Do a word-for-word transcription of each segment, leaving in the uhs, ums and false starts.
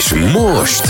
És most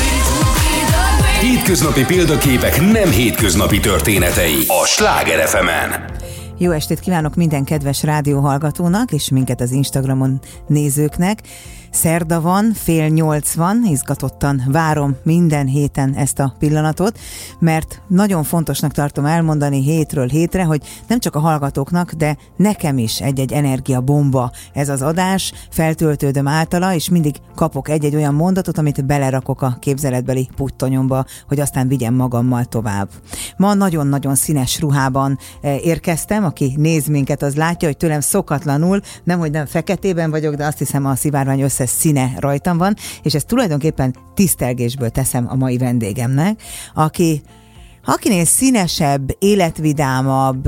hétköznapi példaképek nem hétköznapi történetei a Sláger ef emen. Jó estét kívánok minden kedves rádióhallgatónak, és minket az Instagramon nézőknek. Szerda van, fél nyolc van, izgatottan várom minden héten ezt a pillanatot, mert nagyon fontosnak tartom elmondani hétről hétre, hogy nem csak a hallgatóknak, de nekem is egy-egy energiabomba ez az adás, feltöltődöm általa, és mindig kapok egy-egy olyan mondatot, amit belerakok a képzeletbeli puttonyomba, hogy aztán vigyem magammal tovább. Ma nagyon-nagyon színes ruhában érkeztem, aki néz minket, az látja, hogy tőlem szokatlanul, nemhogy nem feketében vagyok, de azt hiszem a szivárvány összes színe rajtam van, és ezt tulajdonképpen tisztelgésből teszem a mai vendégemnek, aki, akinél színesebb, életvidámabb,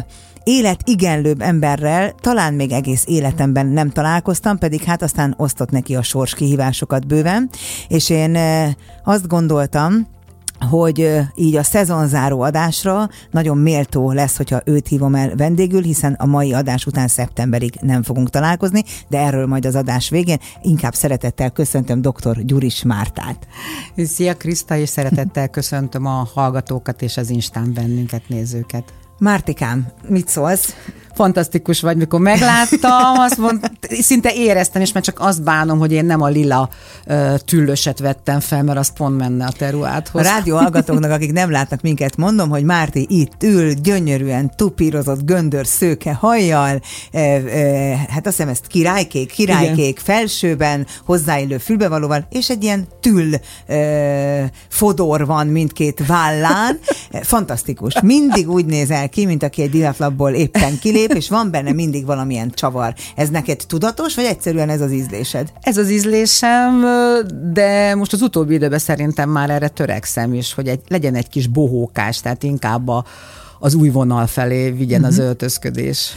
életigenlőbb emberrel talán még egész életemben nem találkoztam, pedig hát aztán osztott neki a sors kihívásokat bőven, és én azt gondoltam, hogy így a szezonzáró adásra nagyon méltó lesz, hogyha őt hívom el vendégül, hiszen a mai adás után szeptemberig nem fogunk találkozni, de erről majd az adás végén. Inkább szeretettel köszöntöm dr. Gyuris Mártát. Szia Kriszta, és szeretettel köszöntöm a hallgatókat és az Instán bennünket nézőket. Mártikám, mit szólsz? Fantasztikus vagy, mikor megláttam, azt mond, szinte éreztem, és már csak azt bánom, hogy én nem a lila uh, tüllöset vettem fel, mert az pont menne a teruáthoz. A rádió hallgatóknak, akik nem látnak minket, mondom, hogy Márti itt ül, gyönyörűen tupírozott göndör szőke hajjal, e, e, hát azt hiszem ezt királykék, királykék igen. Felsőben, hozzáillő fülbevalóval, és egy ilyen tüll e, fodor van mindkét vállán. Fantasztikus. Mindig úgy nézel ki, mint aki egy divatlapból éppen kilép, és van benne mindig valamilyen csavar. Ez neked tudatos, vagy egyszerűen ez az ízlésed? Ez az ízlésem, de most az utóbbi időben szerintem már erre törekszem is, hogy egy, legyen egy kis bohókás, tehát inkább a, az új vonal felé vigyen uh-huh. az öltözködés.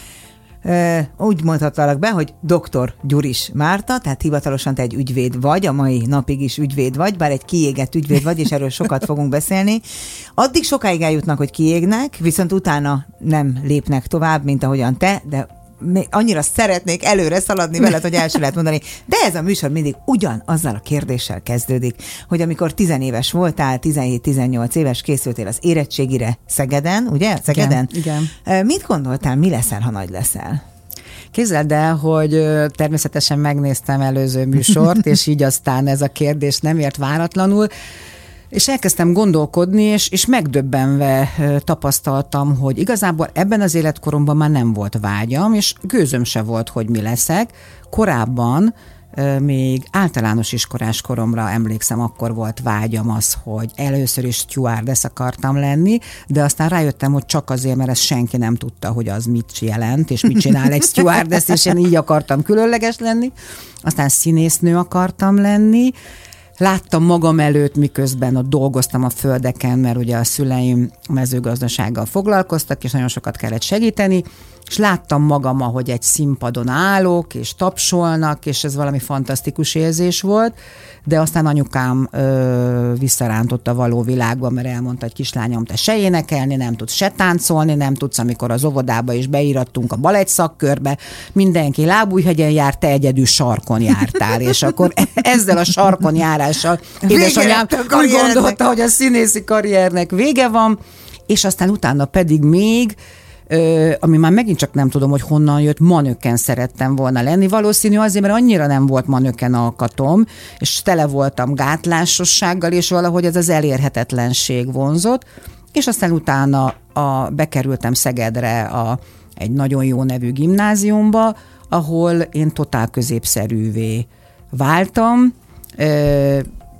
Úgy mondhatalak be, hogy doktor Gyuris Márta, tehát hivatalosan te egy ügyvéd vagy, a mai napig is ügyvéd vagy, bár egy kiégett ügyvéd vagy, és erről sokat fogunk beszélni. Addig sokáig eljutnak, hogy kiégnek, viszont utána nem lépnek tovább, mint ahogyan te, de annyira szeretnék előre szaladni veled, hogy el sem lehet mondani, de ez a műsor mindig ugyanazzal a kérdéssel kezdődik, hogy amikor tizenéves voltál, tizenhét-tizennyolc éves, készültél az érettségire Szegeden, ugye? Szegeden? Igen, igen. Mit gondoltál, mi leszel, ha nagy leszel? Képzeld el, hogy természetesen megnéztem előző műsort, és így aztán ez a kérdés nem ért váratlanul, és elkezdtem gondolkodni, és, és megdöbbenve tapasztaltam, hogy igazából ebben az életkoromban már nem volt vágyam, és gőzöm se volt, hogy mi leszek. Korábban, még általános iskolás koromra emlékszem, akkor volt vágyam az, hogy először is stewardess akartam lenni, de aztán rájöttem, hogy csak azért, mert ezt senki nem tudta, hogy az mit jelent, és mit csinál egy stewardess, és én így akartam különleges lenni. Aztán színésznő akartam lenni. Láttam magam előtt, miközben ott dolgoztam a földeken, mert ugye a szüleim mezőgazdasággal foglalkoztak, és nagyon sokat kellett segíteni, és láttam magam, ahogy egy színpadon állok, és tapsolnak, és ez valami fantasztikus érzés volt, de aztán anyukám ö, visszarántott a való világba, mert elmondta, hogy kislányom, te se énekelni, nem tudsz se táncolni, nem tudsz, amikor az óvodába is beírattunk a balett szakkörbe, mindenki Lábújhegyen járt, te egyedül sarkon jártál, és akkor ezzel a sarkon járással édesanyám úgy gondolta, hogy a színészi karriernek vége van, és aztán utána pedig még Ö, ami már megint csak nem tudom, hogy honnan jött, manöken szerettem volna lenni. Valószínű azért, mert annyira nem volt manöken alkatom, és tele voltam gátlásossággal, és valahogy ez az elérhetetlenség vonzott, és aztán utána a, bekerültem Szegedre a, egy nagyon jó nevű gimnáziumba, ahol én totál középszerűvé váltam, ö,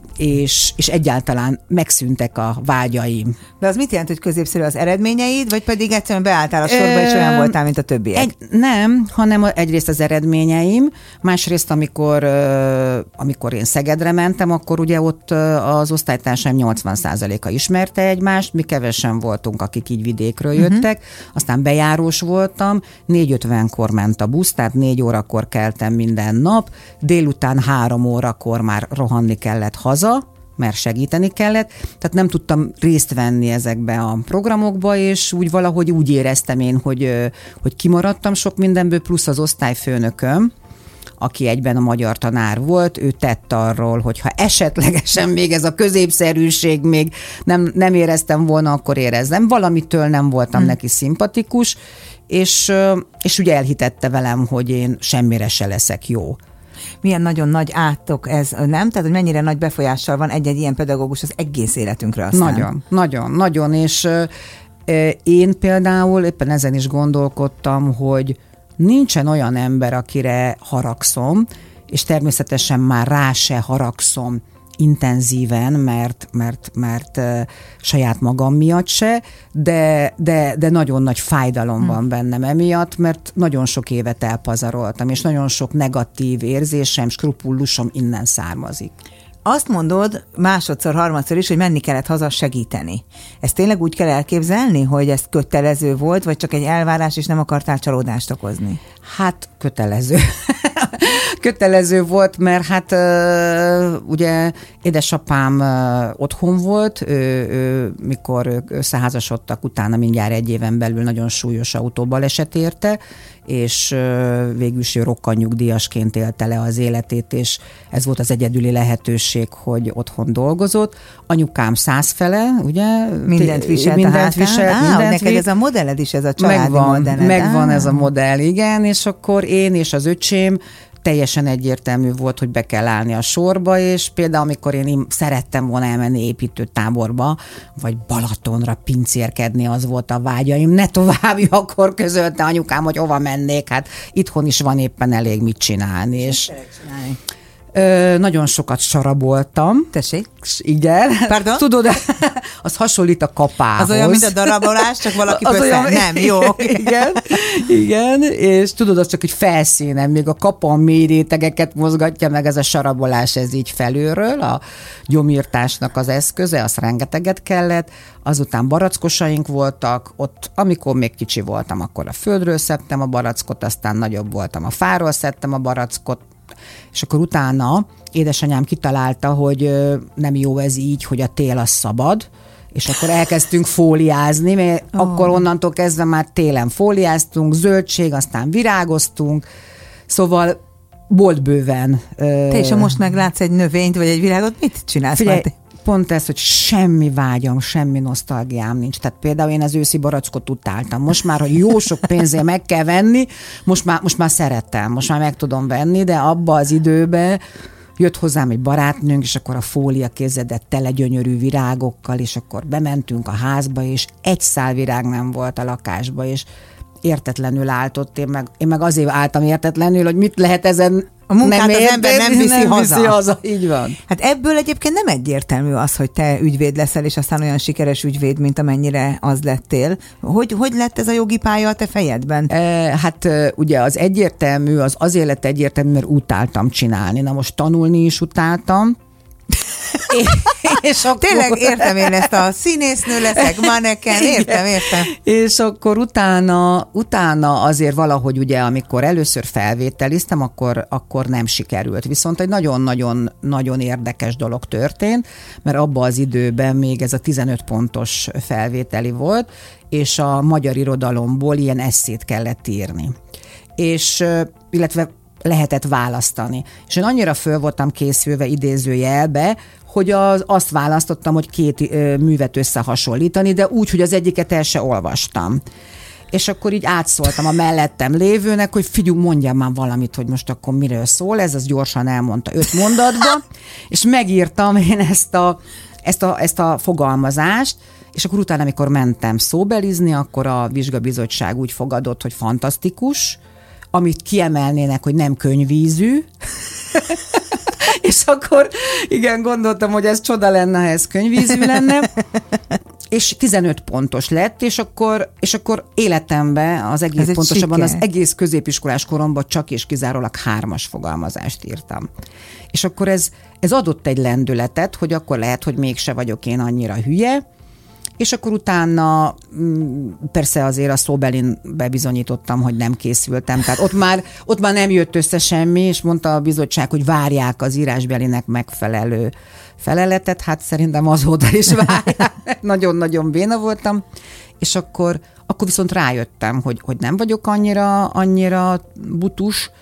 És, és egyáltalán megszűntek a vágyaim. De az mit jelent, hogy középszerű az eredményeid, vagy pedig egyszerűen beálltál a sorba, és olyan voltál, mint a többiek? Egy, nem, hanem egyrészt az eredményeim, másrészt, amikor, amikor én Szegedre mentem, akkor ugye ott az osztálytársaim nyolcvan százaléka ismerte egymást, mi kevesen voltunk, akik így vidékről jöttek, uh-huh. Aztán bejárós voltam, négy ötvenkor ment a busz, tehát négy órakor keltem minden nap, délután három órakor már rohanni kellett haza, mert segíteni kellett, tehát nem tudtam részt venni ezekbe a programokba, és úgy valahogy úgy éreztem én, hogy, hogy kimaradtam sok mindenből, plusz az osztályfőnököm, aki egyben a magyar tanár volt, ő tett arról, hogy ha esetlegesen még ez a középszerűség még nem, nem éreztem volna, akkor érezzem. Valamitől nem voltam hmm. neki szimpatikus, és, és ugye elhitette velem, hogy én semmire se leszek jó. Milyen nagyon nagy átok ez, nem? Tehát, hogy mennyire nagy befolyással van egy-egy ilyen pedagógus az egész életünkre aztán. Nagyon, nagyon, nagyon, és én például éppen ezen is gondolkodtam, hogy nincsen olyan ember, akire haragszom, és természetesen már rá se haragszom intenzíven, mert, mert, mert uh, saját magam miatt se, de, de, de nagyon nagy fájdalom hmm. van bennem emiatt, mert nagyon sok évet elpazaroltam, és nagyon sok negatív érzésem, skrupullusom innen származik. Azt mondod másodszor, harmadszor is, hogy menni kellett haza segíteni. Ezt tényleg úgy kell elképzelni, hogy ez kötelező volt, vagy csak egy elvárás, és nem akartál csalódást okozni? Hát kötelező. Kötelező volt, mert hát ugye édesapám otthon volt, ő, ő, mikor ők összeházasodtak, utána mindjárt egy éven belül nagyon súlyos autóbaleset érte, és végül is ő rokkantnyugdíjasként élte le az életét, és ez volt az egyedüli lehetőség, hogy otthon dolgozott. Anyukám százfele, ugye? Mindent viselt mindent a hátán. Viselt, Á, mindent neked vi- ez a modelled is, ez a családi megvan, modelled. Megvan Á. ez a modell, igen, és akkor én és az öcsém teljesen egyértelmű volt, hogy be kell állni a sorba, és például amikor én szerettem volna elmenni építőtáborba, vagy Balatonra pincérkedni, az volt a vágyaim, ne további, akkor közölte anyukám, hogy hova mennék, hát itthon is van éppen elég mit csinálni. És Ö, nagyon sokat saraboltam. Tessék? Igen. Pardon? Tudod, az hasonlít a kapához. Az olyan, mint a darabolás, csak valaki pöszen. Olyan... Nem, jó. Igen, igen, és tudod, az csak egy felszínen, még a kapa mély rétegeket mozgatja meg ez a sarabolás, ez így felülről, a gyomírtásnak az eszköze, az rengeteget kellett. Azután barackosaink voltak, ott amikor még kicsi voltam, akkor a földről szedtem a barackot, aztán nagyobb voltam, a fáról szedtem a barackot, és akkor utána édesanyám kitalálta, hogy nem jó ez így, hogy a tél az szabad, és akkor elkezdtünk fóliázni, mert oh. akkor onnantól kezdve már télen fóliáztunk, zöldség, aztán virágoztunk, szóval volt bőven. Te is, ha most meglátsz egy növényt, vagy egy virágot, mit csinálsz? Figyelj, pont ez, hogy semmi vágyam, semmi nosztalgiám nincs. Tehát például én az őszi barackot utáltam. Most már, hogy jó sok pénzért meg kell venni, most már, most már szeretem, most már meg tudom venni, de abba az időben jött hozzám egy barátnőnk, és akkor a fólia kézzedet tele gyönyörű virágokkal, és akkor bementünk a házba, és egy szál virág nem volt a lakásba, és értetlenül állt ott, én meg, én meg azért álltam értetlenül, hogy mit lehet ezen a munkát nem az érte, ember nem viszi nem haza. viszi haza. Így van. Hát ebből egyébként nem egyértelmű az, hogy te ügyvéd leszel, és aztán olyan sikeres ügyvéd, mint amennyire az lettél. Hogy, hogy lett ez a jogi pálya a te fejedben? E, hát ugye az egyértelmű, az azért lett egyértelmű, mert utáltam csinálni. Na most tanulni is utáltam. És akkor... Tényleg értem én ezt a színésznő leszek, maneken, értem, értem. És akkor utána, utána azért valahogy ugye, amikor először felvételiztem, akkor, akkor nem sikerült. Viszont egy nagyon-nagyon nagyon érdekes dolog történt, mert abban az időben még ez a tizenöt pontos felvételi volt, és a magyar irodalomból ilyen esszét kellett írni. És illetve lehetett választani. És én annyira föl voltam készülve idézőjelbe, hogy az, azt választottam, hogy két ö, művet összehasonlítani, de úgy, hogy az egyiket el se olvastam. És akkor így átszóltam a mellettem lévőnek, hogy figyelj, mondjam már valamit, hogy most akkor miről szól, ez az gyorsan elmondta öt mondatba, és megírtam én ezt a, ezt a, ezt a fogalmazást, és akkor utána, amikor mentem szóbelizni, akkor a vizsgabizottság úgy fogadott, hogy fantasztikus, amit kiemelnének, hogy nem könyvízű, és akkor igen, gondoltam, hogy ez csoda lenne, ha ez könyvízű lenne, és tizenöt pontos lett, és akkor, és akkor életemben az egész pontosabban siker. Az egész középiskolás koromban csak és kizárólag hármas fogalmazást írtam. És akkor ez, ez adott egy lendületet, hogy akkor lehet, hogy mégse vagyok én annyira hülye, és akkor utána persze azért a szóbelin bebizonyítottam, hogy nem készültem. Tehát ott már, ott már nem jött össze semmi, és mondta a bizottság, hogy várják az írásbelinek megfelelő feleletet. Hát szerintem azóta is várják. Nagyon-nagyon béna voltam. És akkor, akkor viszont rájöttem, hogy, hogy nem vagyok annyira, annyira butus,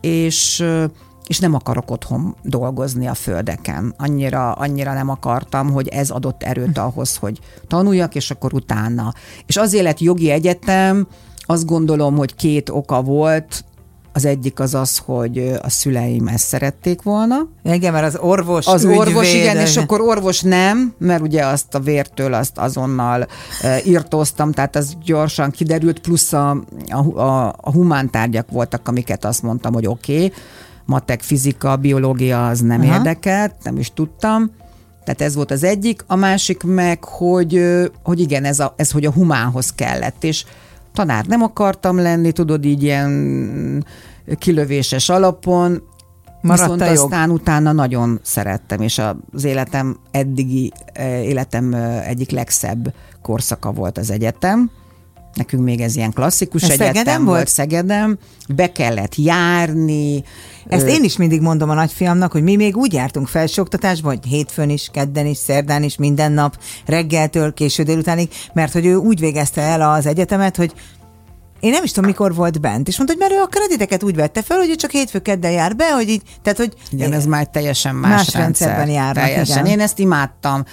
és és nem akarok otthon dolgozni a földeken. Annyira, annyira nem akartam, hogy ez adott erőt ahhoz, hogy tanuljak, és akkor utána. És azért lett jogi egyetem, azt gondolom, hogy két oka volt. Az egyik az az, hogy a szüleim ezt szerették volna. Igen, mert az orvos, Az ügyvéd, orvos, igen, és akkor orvos nem, mert ugye azt a vértől azt azonnal e, írtóztam, tehát az gyorsan kiderült, plusz a, a, a, a humántárgyak voltak, amiket azt mondtam, hogy oké, okay, matek, fizika, biológia az nem Aha. érdekelt, nem is tudtam. Tehát ez volt az egyik. A másik meg, hogy, hogy igen, ez, a, ez hogy a humánhoz kellett, és tanár nem akartam lenni, tudod, így ilyen kilövéses alapon, Maradt viszont aztán utána nagyon szerettem, és az életem eddigi életem egyik legszebb korszaka volt az egyetem. Nekünk még ez ilyen klasszikus ez egyetem Szegeden volt, Szegedem, be kellett járni. Ezt én is mindig mondom a nagyfiamnak, hogy mi még úgy jártunk felsőoktatásba, hogy hétfőn is, kedden is, szerdán is, minden nap, reggeltől késő délutánig, mert hogy ő úgy végezte el az egyetemet, hogy én nem is tudom, mikor volt bent, és mondta, hogy mert ő a krediteket úgy vette fel, hogy ő csak hétfő kedden jár be, hogy így, tehát, hogy... Igen, ez már teljesen más, más rendszer. rendszerben járnak. Teljesen. Igen. Én ezt imádtam.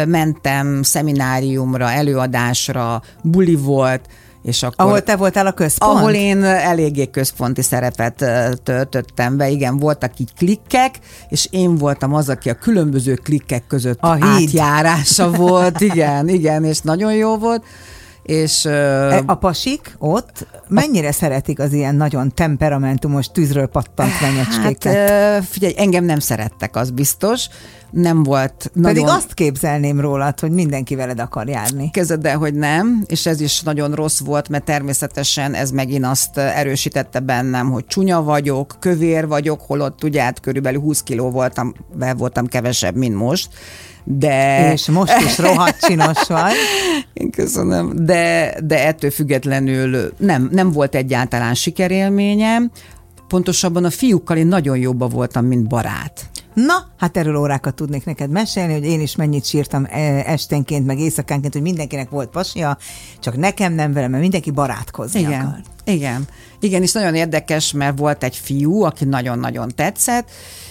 Mentem szemináriumra, előadásra, buli volt, és akkor... Ahol te voltál a központ? Ahol én eléggé központi szerepet töltöttem be, igen, voltak így klikkek, és én voltam az, aki a különböző klikkek között a átjárása volt, igen, igen, és nagyon jó volt. És, a pasik ott mennyire a... szeretik az ilyen nagyon temperamentumos, tűzről pattant menyecskéket? Hát figyelj, engem nem szerettek, az biztos. Nem volt Pedig nagyon... azt képzelném rólad, hogy mindenki veled akar járni. Kezded el, hogy nem, és ez is nagyon rossz volt, mert természetesen ez megint azt erősítette bennem, hogy csúnya vagyok, kövér vagyok, holott ugye hát körülbelül húsz kiló voltam, be voltam kevesebb, mint most. De... És most is rohadt csinos vagy. Én köszönöm. De, de ettől függetlenül nem, nem volt egyáltalán sikerélményem. Pontosabban a fiúkkal én nagyon jobban voltam, mint barát. Na, hát erről órákat tudnék neked mesélni, hogy én is mennyit sírtam esténként, meg éjszakánként, hogy mindenkinek volt pasia, csak nekem nem velem, mert mindenki barátkozni igen, akar. Igen, igen, és nagyon érdekes, mert volt egy fiú, aki nagyon-nagyon tetszett,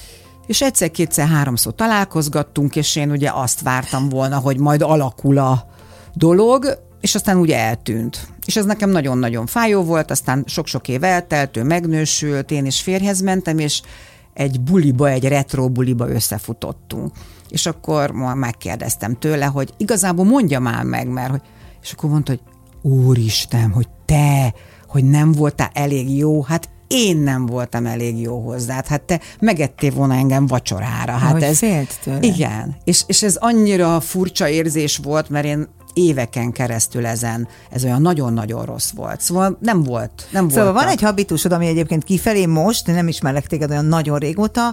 és egyszer-kétszer háromszor találkozgattunk, és én ugye azt vártam volna, hogy majd alakul a dolog, és aztán ugye eltűnt. És ez nekem nagyon-nagyon fájó volt, aztán sok-sok év eltelt, ő megnősült, én is férjhez mentem, és egy buliba, egy retro buliba összefutottunk. És akkor megkérdeztem tőle, hogy igazából mondja már meg, mert hogy, és akkor mondta, hogy úristen, hogy te, hogy nem voltál elég jó, hát én nem voltam elég jó hozzád, hát te megettél volna engem vacsorára. Hát ahogy ez, félt tőle. Igen, és, és ez annyira furcsa érzés volt, mert én éveken keresztül ezen, ez olyan nagyon-nagyon rossz volt. Szóval nem volt. Nem szóval voltak. Van egy habitusod, ami egyébként kifelé most, nem ismerlek téged olyan nagyon régóta,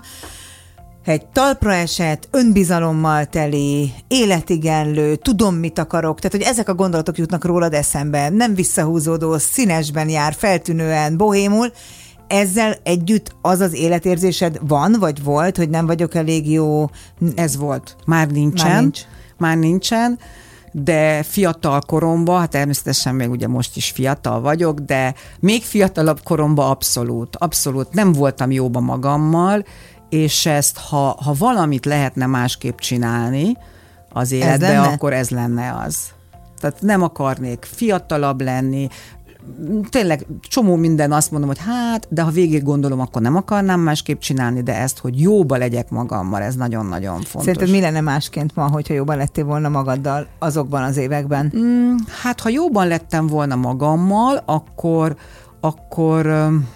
egy talpra esett, önbizalommal teli, életigenlő, tudom, mit akarok, tehát hogy ezek a gondolatok jutnak rólad eszembe, nem visszahúzódó, színesben jár, feltűnően, bohémul. Ezzel együtt az az életérzésed van, vagy volt, hogy nem vagyok elég jó? Ez volt. Már nincsen. Már nincs. Már nincsen. De fiatal koromban, hát természetesen még ugye most is fiatal vagyok, de még fiatalabb koromban abszolút, abszolút nem voltam jóban magammal, és ezt, ha, ha valamit lehetne másképp csinálni az életben, akkor ez lenne az. Tehát nem akarnék fiatalabb lenni, tényleg csomó minden azt mondom, hogy hát, de ha végig gondolom, akkor nem akarnám másképp csinálni, de ezt, hogy jóba legyek magammal, ez nagyon-nagyon fontos. Szerinted mi lenne másként ma, hogyha jóban lettél volna magaddal azokban az években? Mm, hát, ha jóban lettem volna magammal, akkor, akkor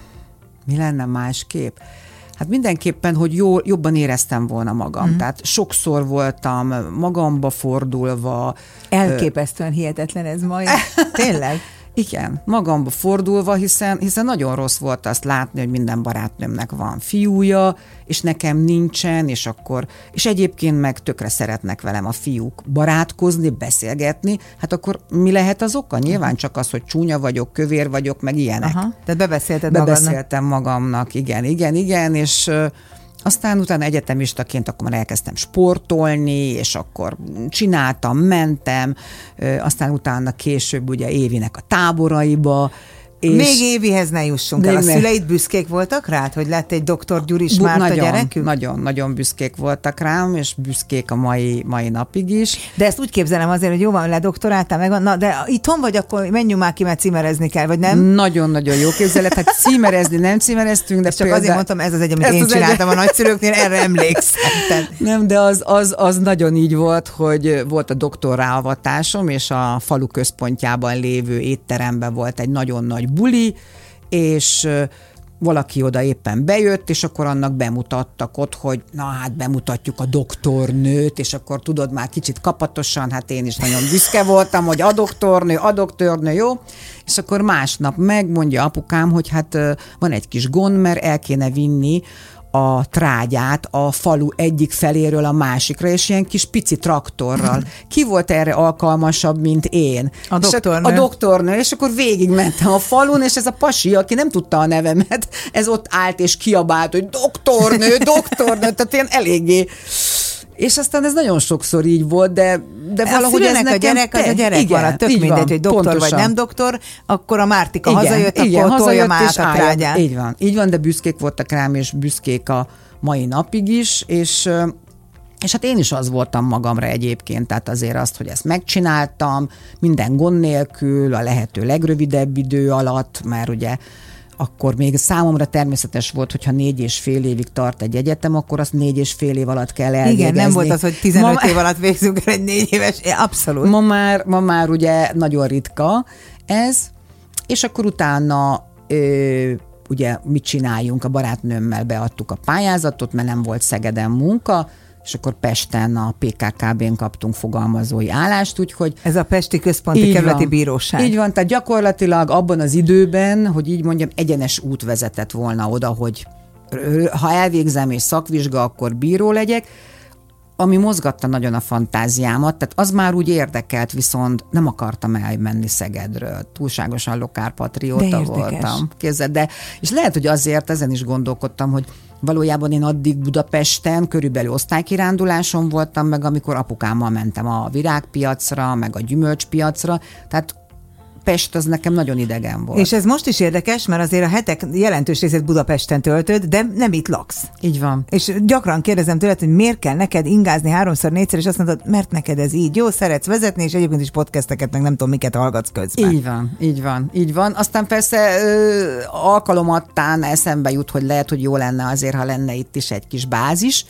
mi lenne másképp? Hát mindenképpen, hogy jó, jobban éreztem volna magam. Mm. Tehát sokszor voltam magamba fordulva. Elképesztően hihetetlen ez ma. Tényleg? Igen, magamba fordulva, hiszen, hiszen nagyon rossz volt azt látni, hogy minden barátnőmnek van fiúja, és nekem nincsen, és akkor, és egyébként meg tökre szeretnek velem a fiúk barátkozni, beszélgetni, hát akkor mi lehet az oka? Nyilván csak az, hogy csúnya vagyok, kövér vagyok, meg ilyenek. Aha, tehát bebeszélted Bebeszéltem magadnak. magamnak, igen, igen, igen, és aztán utána egyetemistaként akkor már elkezdtem sportolni, és akkor csináltam, mentem, aztán utána később ugye Évinek a táboraiba, És még Évihez ne jussunk el. A szüleid büszkék voltak rád, hogy lett egy doktor Gyuris Márta nagyon, gyerekük? Nagyon, nagyon büszkék voltak rám, és büszkék a mai, mai napig is. De ezt úgy képzelem azért, hogy jó van, ledoktoráltál, meg van, na, de itthon vagy, akkor menjünk már ki, mert címerezni kell, vagy nem? Nagyon-nagyon jó képzelet. Hát címerezni nem címereztünk, de csak például... azért mondtam, ez az egy, amit én csináltam egy... a nagyszülőknél, erre emlékszem. Nem, de az, az, az nagyon így volt, hogy volt a doktor ráavatásom, és a falu központjában lévő étteremben volt egy nagyon nagy buli, és valaki oda éppen bejött, és akkor annak bemutattak ott, hogy na hát bemutatjuk a doktornőt, és akkor tudod már kicsit kapatosan, hát én is nagyon büszke voltam, hogy a doktornő, a doktornő, jó? És akkor másnap megmondja apukám, hogy hát van egy kis gond, mert el kéne vinni a trágyát a falu egyik feléről a másikra, és ilyen kis pici traktorral. Ki volt erre alkalmasabb, mint én? A doktornő. A doktornő, és akkor végigmentem a falun, és ez a pasi, aki nem tudta a nevemet, ez ott állt és kiabált, hogy doktornő, doktornő, tehát ilyen eléggé. És aztán ez nagyon sokszor így volt, de, de valahogy ez nekem... a gyerek az a gyerek igen, van, tök mindegy, van, hogy doktor pontosan. Vagy nem doktor, akkor a Mártika igen, hazajött, igen, akkor tolja már át a trágyát. Így van, így van, de büszkék voltak rám, és büszkék a mai napig is, és, és hát én is az voltam magamra egyébként, tehát azért azt, hogy ezt megcsináltam, minden gond nélkül, a lehető legrövidebb idő alatt, mert ugye akkor még számomra természetes volt, hogyha négy és fél évig tart egy egyetem, akkor azt négy és fél év alatt kell elvégezni. Igen, nem volt az, hogy tizenöt ma, év alatt végzünk el egy négy éves, abszolút. Ma már, ma már ugye nagyon ritka ez, és akkor utána ö, ugye mit csináljunk, a barátnőmmel beadtuk a pályázatot, mert nem volt Szegeden munka, és akkor Pesten a pé ká ká bén kaptunk fogalmazói állást, úgyhogy... Ez a Pesti Központi Kerületi Bíróság. Így van, tehát gyakorlatilag abban az időben, hogy így mondjam, egyenes út vezetett volna oda, hogy ha elvégzem és szakvizsga, akkor bíró legyek, ami mozgatta nagyon a fantáziámat, tehát az már úgy érdekelt, viszont nem akartam elmenni Szegedről. Túlságosan lokálpatrióta voltam. Képzeld, de, és lehet, hogy azért ezen is gondolkodtam, hogy valójában én addig Budapesten körülbelül osztálykiránduláson voltam, meg amikor apukámmal mentem a virágpiacra, meg a gyümölcspiacra, tehát Pest az nekem nagyon idegen volt. És ez most is érdekes, mert azért a hetek jelentős részét Budapesten töltöd, de nem itt laksz. Így van. És gyakran kérdezem tőled, hogy miért kell neked ingázni háromszor, négyszer, és azt mondod, mert neked ez így jó, szeretsz vezetni, és egyébként is podcasteket, meg nem tudom, miket hallgatsz közben. Így van, így van, így van. Aztán persze ö, alkalomattán eszembe jut, hogy lehet, hogy jó lenne azért, ha lenne itt is egy kis bázis,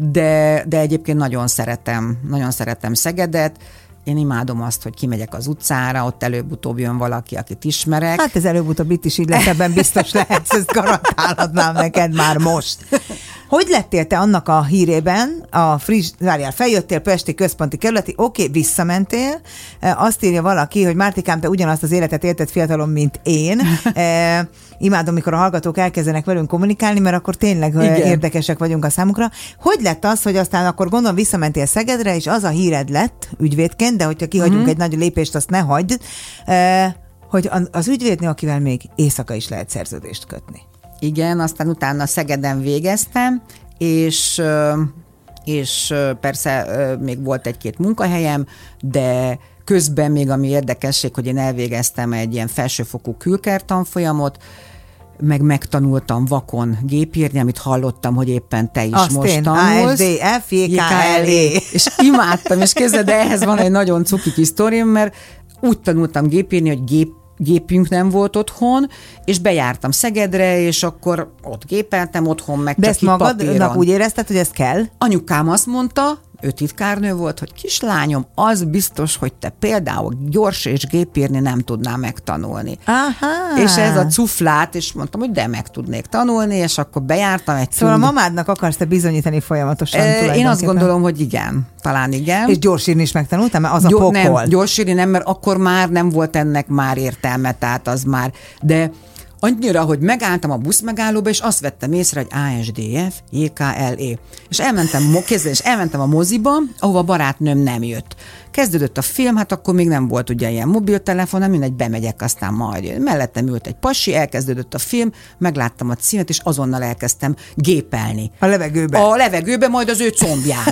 de, de egyébként nagyon szeretem, nagyon szeretem Szegedet. Én imádom azt, hogy kimegyek az utcára, ott előbb-utóbb jön valaki, akit ismerek. Hát ez előbb-utóbb itt is így lesz, ebben biztos lehetsz, ezt garantálhatnám neked már most. Hogy lettél te annak a hírében, a friss, várjál, feljöttél Pesti Központi Kerületi, oké, okay, visszamentél, azt írja valaki, hogy Mártikám, te ugyanazt az életet élted fiatalon, mint én. E, imádom, mikor a hallgatók elkezdenek velünk kommunikálni, mert akkor tényleg igen, érdekesek vagyunk a számukra. Hogy lett az, hogy aztán akkor gondolom visszamentél Szegedre, és az a híred lett ügyvédként, de hogyha kihagyunk mm-hmm. egy nagy lépést, azt ne hagyd, e, hogy az ügyvédnél, akivel még éjszaka is lehet szerződést kötni. Igen, aztán utána Szegeden végeztem, és, és persze még volt egy-két munkahelyem, de közben még ami érdekesség, hogy én elvégeztem egy ilyen felsőfokú külkertanfolyamot, meg megtanultam vakon gépírni, amit hallottam, hogy éppen te is azt most én, tanulsz. á es dé ef jé ká el é. És imádtam, és képzeld, de ehhez van egy nagyon cuki kis sztorim, mert úgy tanultam gépírni, hogy gép gépünk nem volt otthon, és bejártam Szegedre, és akkor ott gépeltem, otthon meg de csak itt papíron. De ezt magadnak úgy érezted, hogy ez kell? Anyukám azt mondta, ő titkárnő volt, hogy kislányom, az biztos, hogy te például gyors és gépírni nem tudnál megtanulni. Aha. És ez a cuflát, és mondtam, hogy de meg tudnék tanulni, és akkor bejártam egy Szóval tűn... a mamádnak akarsz te bizonyítani folyamatosan? E, én azt gondolom, hogy igen. Talán igen. És gyorsírni is megtanultam, mert az a Gyor, pokol. Nem, gyorsírni nem, mert akkor már nem volt ennek már értelme, tehát az már, de annyira, hogy megálltam a buszmegállóba, és azt vettem észre, hogy á es dé ef jé ká el é. És elmentem, kézzel, és elmentem a moziba, ahova barátnőm nem jött. Kezdődött a film, hát akkor még nem volt ugye ilyen mobiltelefon, nem mindegy, bemegyek, aztán majd. Mellettem ült egy pasi, elkezdődött a film, megláttam a címet, és azonnal elkezdtem gépelni. A levegőbe? A levegőbe, majd az ő combján.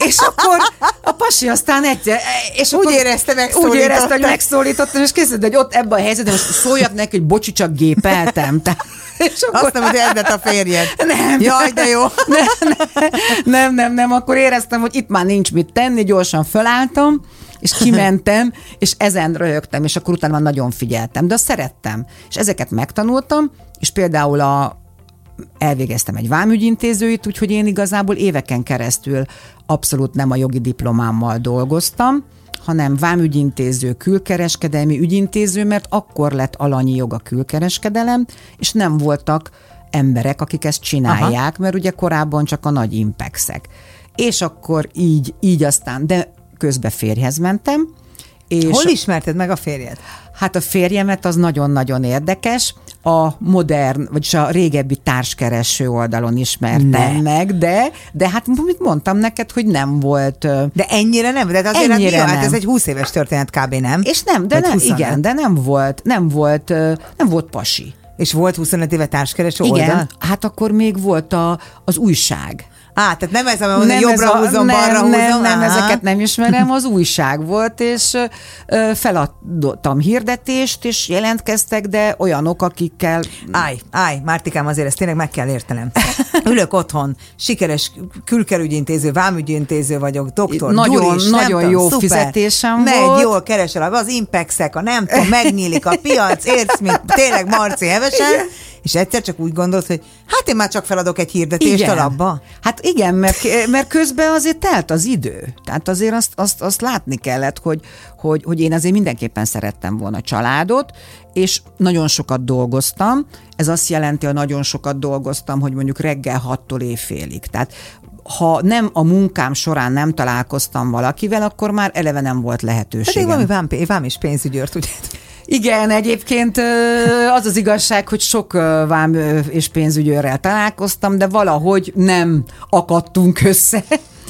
És akkor a pasi aztán egyszer... És úgy érezte, megszólítottam. Úgy érezte, hogy megszólítottam, és készült, hogy ott ebben a helyzetben most szóljak neki, hogy bocsi, csak gépeltem. Tehát, és akkor... Azt nem, hogy ez lett a férjed. Nem. Jaj, de jó. Nem, nem, nem, nem, nem, akkor éreztem, hogy itt már nincs mit tenni, gyorsan fölálltam, és kimentem, és ezen röhögtem, és akkor utána már nagyon figyeltem, de azt szerettem. És ezeket megtanultam, és például a, elvégeztem egy vámügyintézőit, úgyhogy én igazából éveken keresztül abszolút nem a jogi diplomámmal dolgoztam, hanem vámügyintéző, külkereskedelmi ügyintéző, mert akkor lett alanyi jog a külkereskedelem, és nem voltak emberek, akik ezt csinálják, aha, mert ugye korábban csak a nagy impexek. És akkor így, így aztán, de közben férjhez mentem. És hol ismerted meg a férjed? Hát a férjemet az nagyon-nagyon érdekes. A modern, vagyis a régebbi társkereső oldalon ismertem ne. meg, de, de hát mit mondtam neked, hogy nem volt. De ennyire nem? De azért ennyire hát, nem. Hát ez egy húsz éves történet kb. Nem? És nem, de nem, igen, de nem volt, nem volt, nem volt pasi. És volt huszonöt éve társkereső igen, oldal? hát akkor még volt a, az újság. Á, tehát nem ez, amit jobbra a, húzom, nem, balra nem, húzom. Nem, nem, ezeket nem ismerem, az újság volt, és ö, feladtam hirdetést, és jelentkeztek, de olyanok, akikkel... Állj, állj, Mártikám, azért ezt tényleg meg kell értenem. Ülök otthon, sikeres külkerügyintéző, vámügyintéző vagyok, doktor, nagyon, duris, nagyon tudom, jó szuper, fizetésem megy, volt. Jól keresel, az impexek, a nem tudom, megnyílik a piac, értsz, mint tényleg Marci hevesen, igen. És egyszer csak úgy gondolod, hogy hát én már csak feladok egy hirdetést igen. a labba. Hát igen, mert, mert közben azért telt az idő. Tehát azért azt, azt, azt látni kellett, hogy, hogy, hogy én azért mindenképpen szerettem volna családot, és nagyon sokat dolgoztam. Ez azt jelenti, hogy nagyon sokat dolgoztam, hogy mondjuk reggel hattól éjfélig. Tehát ha nem a munkám során nem találkoztam valakivel, akkor már eleve nem volt lehetőségem. Pedig valami vám, vám és pénzügyőrt, ugye? Igen, egyébként az az igazság, hogy sok vám és pénzügyőrrel találkoztam, de valahogy nem akadtunk össze.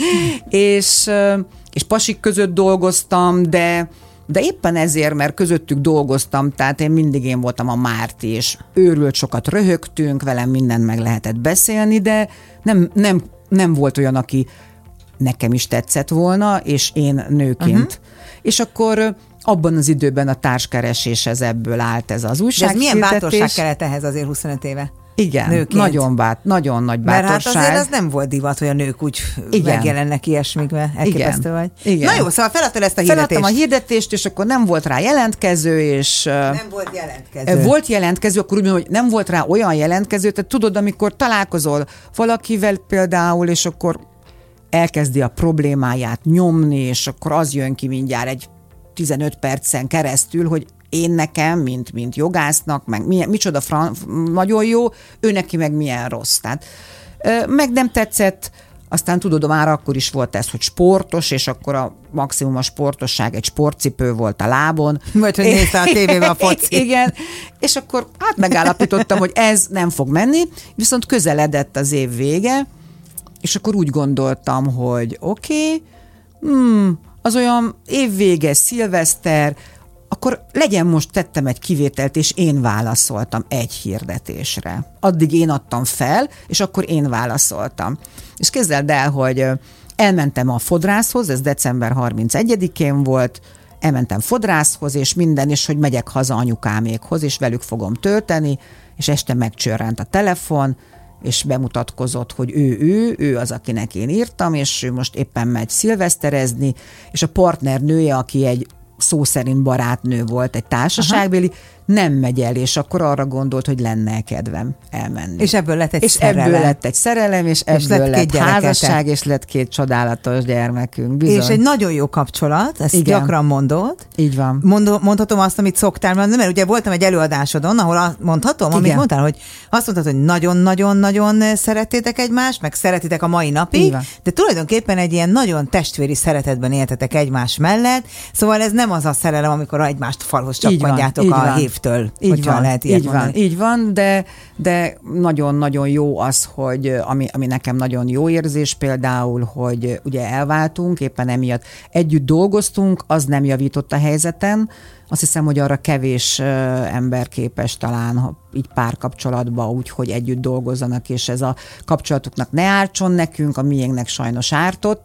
és, és pasik között dolgoztam, de, de éppen ezért, mert közöttük dolgoztam, tehát én mindig én voltam a Márti, és őrült sokat röhögtünk, velem mindent meg lehetett beszélni, de nem, nem, nem volt olyan, aki nekem is tetszett volna, és én nőként. Uh-huh. És akkor abban az időben a társkereséshez ebből állt ez az újsághirdettés. De ez milyen bátorság kellett ehhez azért huszonöt éve? Igen, nőként. nagyon, bát, nagyon nagy bátorság. Mert hát azért az nem volt divat, hogy a nők úgy igen. megjelennek ilyesmikbe. Elképesztő vagy. Igen. Na jó, szóval feladtad ezt a hirdetést. Feladtam a hirdetést, és akkor nem volt rá jelentkező, és... Nem volt jelentkező. Volt jelentkező, akkor úgy mondom, hogy nem volt rá olyan jelentkező, tehát tudod, amikor találkozol valakivel például, és akkor elkezdi a problémáját nyomni, és akkor az jön ki mindjárt egy tizenöt percen keresztül, hogy én nekem, mint, mint jogásznak, meg milyen, micsoda fran, nagyon jó, ő neki meg milyen rossz. Tehát, meg nem tetszett, aztán tudod, már akkor is volt ez, hogy sportos, és akkor a maximum a sportosság egy sportcipő volt a lábon. Vagy, hogy nézte a tévében a foci. Igen, és akkor hát megállapítottam, hogy ez nem fog menni, viszont közeledett az év vége, és akkor úgy gondoltam, hogy oké, okay, hmm, az olyan évvége, szilveszter, akkor legyen most, tettem egy kivételt, és én válaszoltam egy hirdetésre. Addig én adtam fel, és akkor én válaszoltam. És képzeld el, hogy elmentem a fodrászhoz, ez december harmincegyedikén volt, elmentem fodrászhoz, és minden, és hogy megyek haza anyukámékhoz, és velük fogom tölteni, és este megcsörrent a telefon, és bemutatkozott, hogy ő, ő, ő az, akinek én írtam, és ő most éppen megy szilveszterezni, és a partnernője, aki egy szó szerint barátnő volt, egy társaságbéli, aha. nem megy el, és akkor arra gondolt, hogy lenne kedvem elmenni. És ebből lett egy és szerelem. ebből lett egy szerelem, és ebből és lett, lett házasság, és lett két csodálatos gyermekünk. Bizony. És egy nagyon jó kapcsolat, ezt igen. gyakran mondod. Így van. Mondom, mondhatom azt, amit szoktál mondani, mert ugye voltam egy előadásodon, ahol mondhatom, igen. amit mondtál, hogy azt mondtad, hogy nagyon-nagyon-nagyon szerettétek egymást, meg szeretitek a mai napig, de tulajdonképpen egy ilyen nagyon testvéri szeretetben éltetek egymás mellett, szóval ez nem az a szerelem, amikor egymást falhoz csapkodjátok a van. Hévtől. Így van, lehet így mondani. van, így van, de, de nagyon-nagyon jó az, hogy ami, ami nekem nagyon jó érzés például, hogy ugye elváltunk, éppen emiatt együtt dolgoztunk, az nem javított a helyzeten. Azt hiszem, hogy arra kevés ember képes talán így párkapcsolatban úgy, hogy együtt dolgozzanak, és ez a kapcsolatuknak ne ártson nekünk, a miénknek sajnos ártott,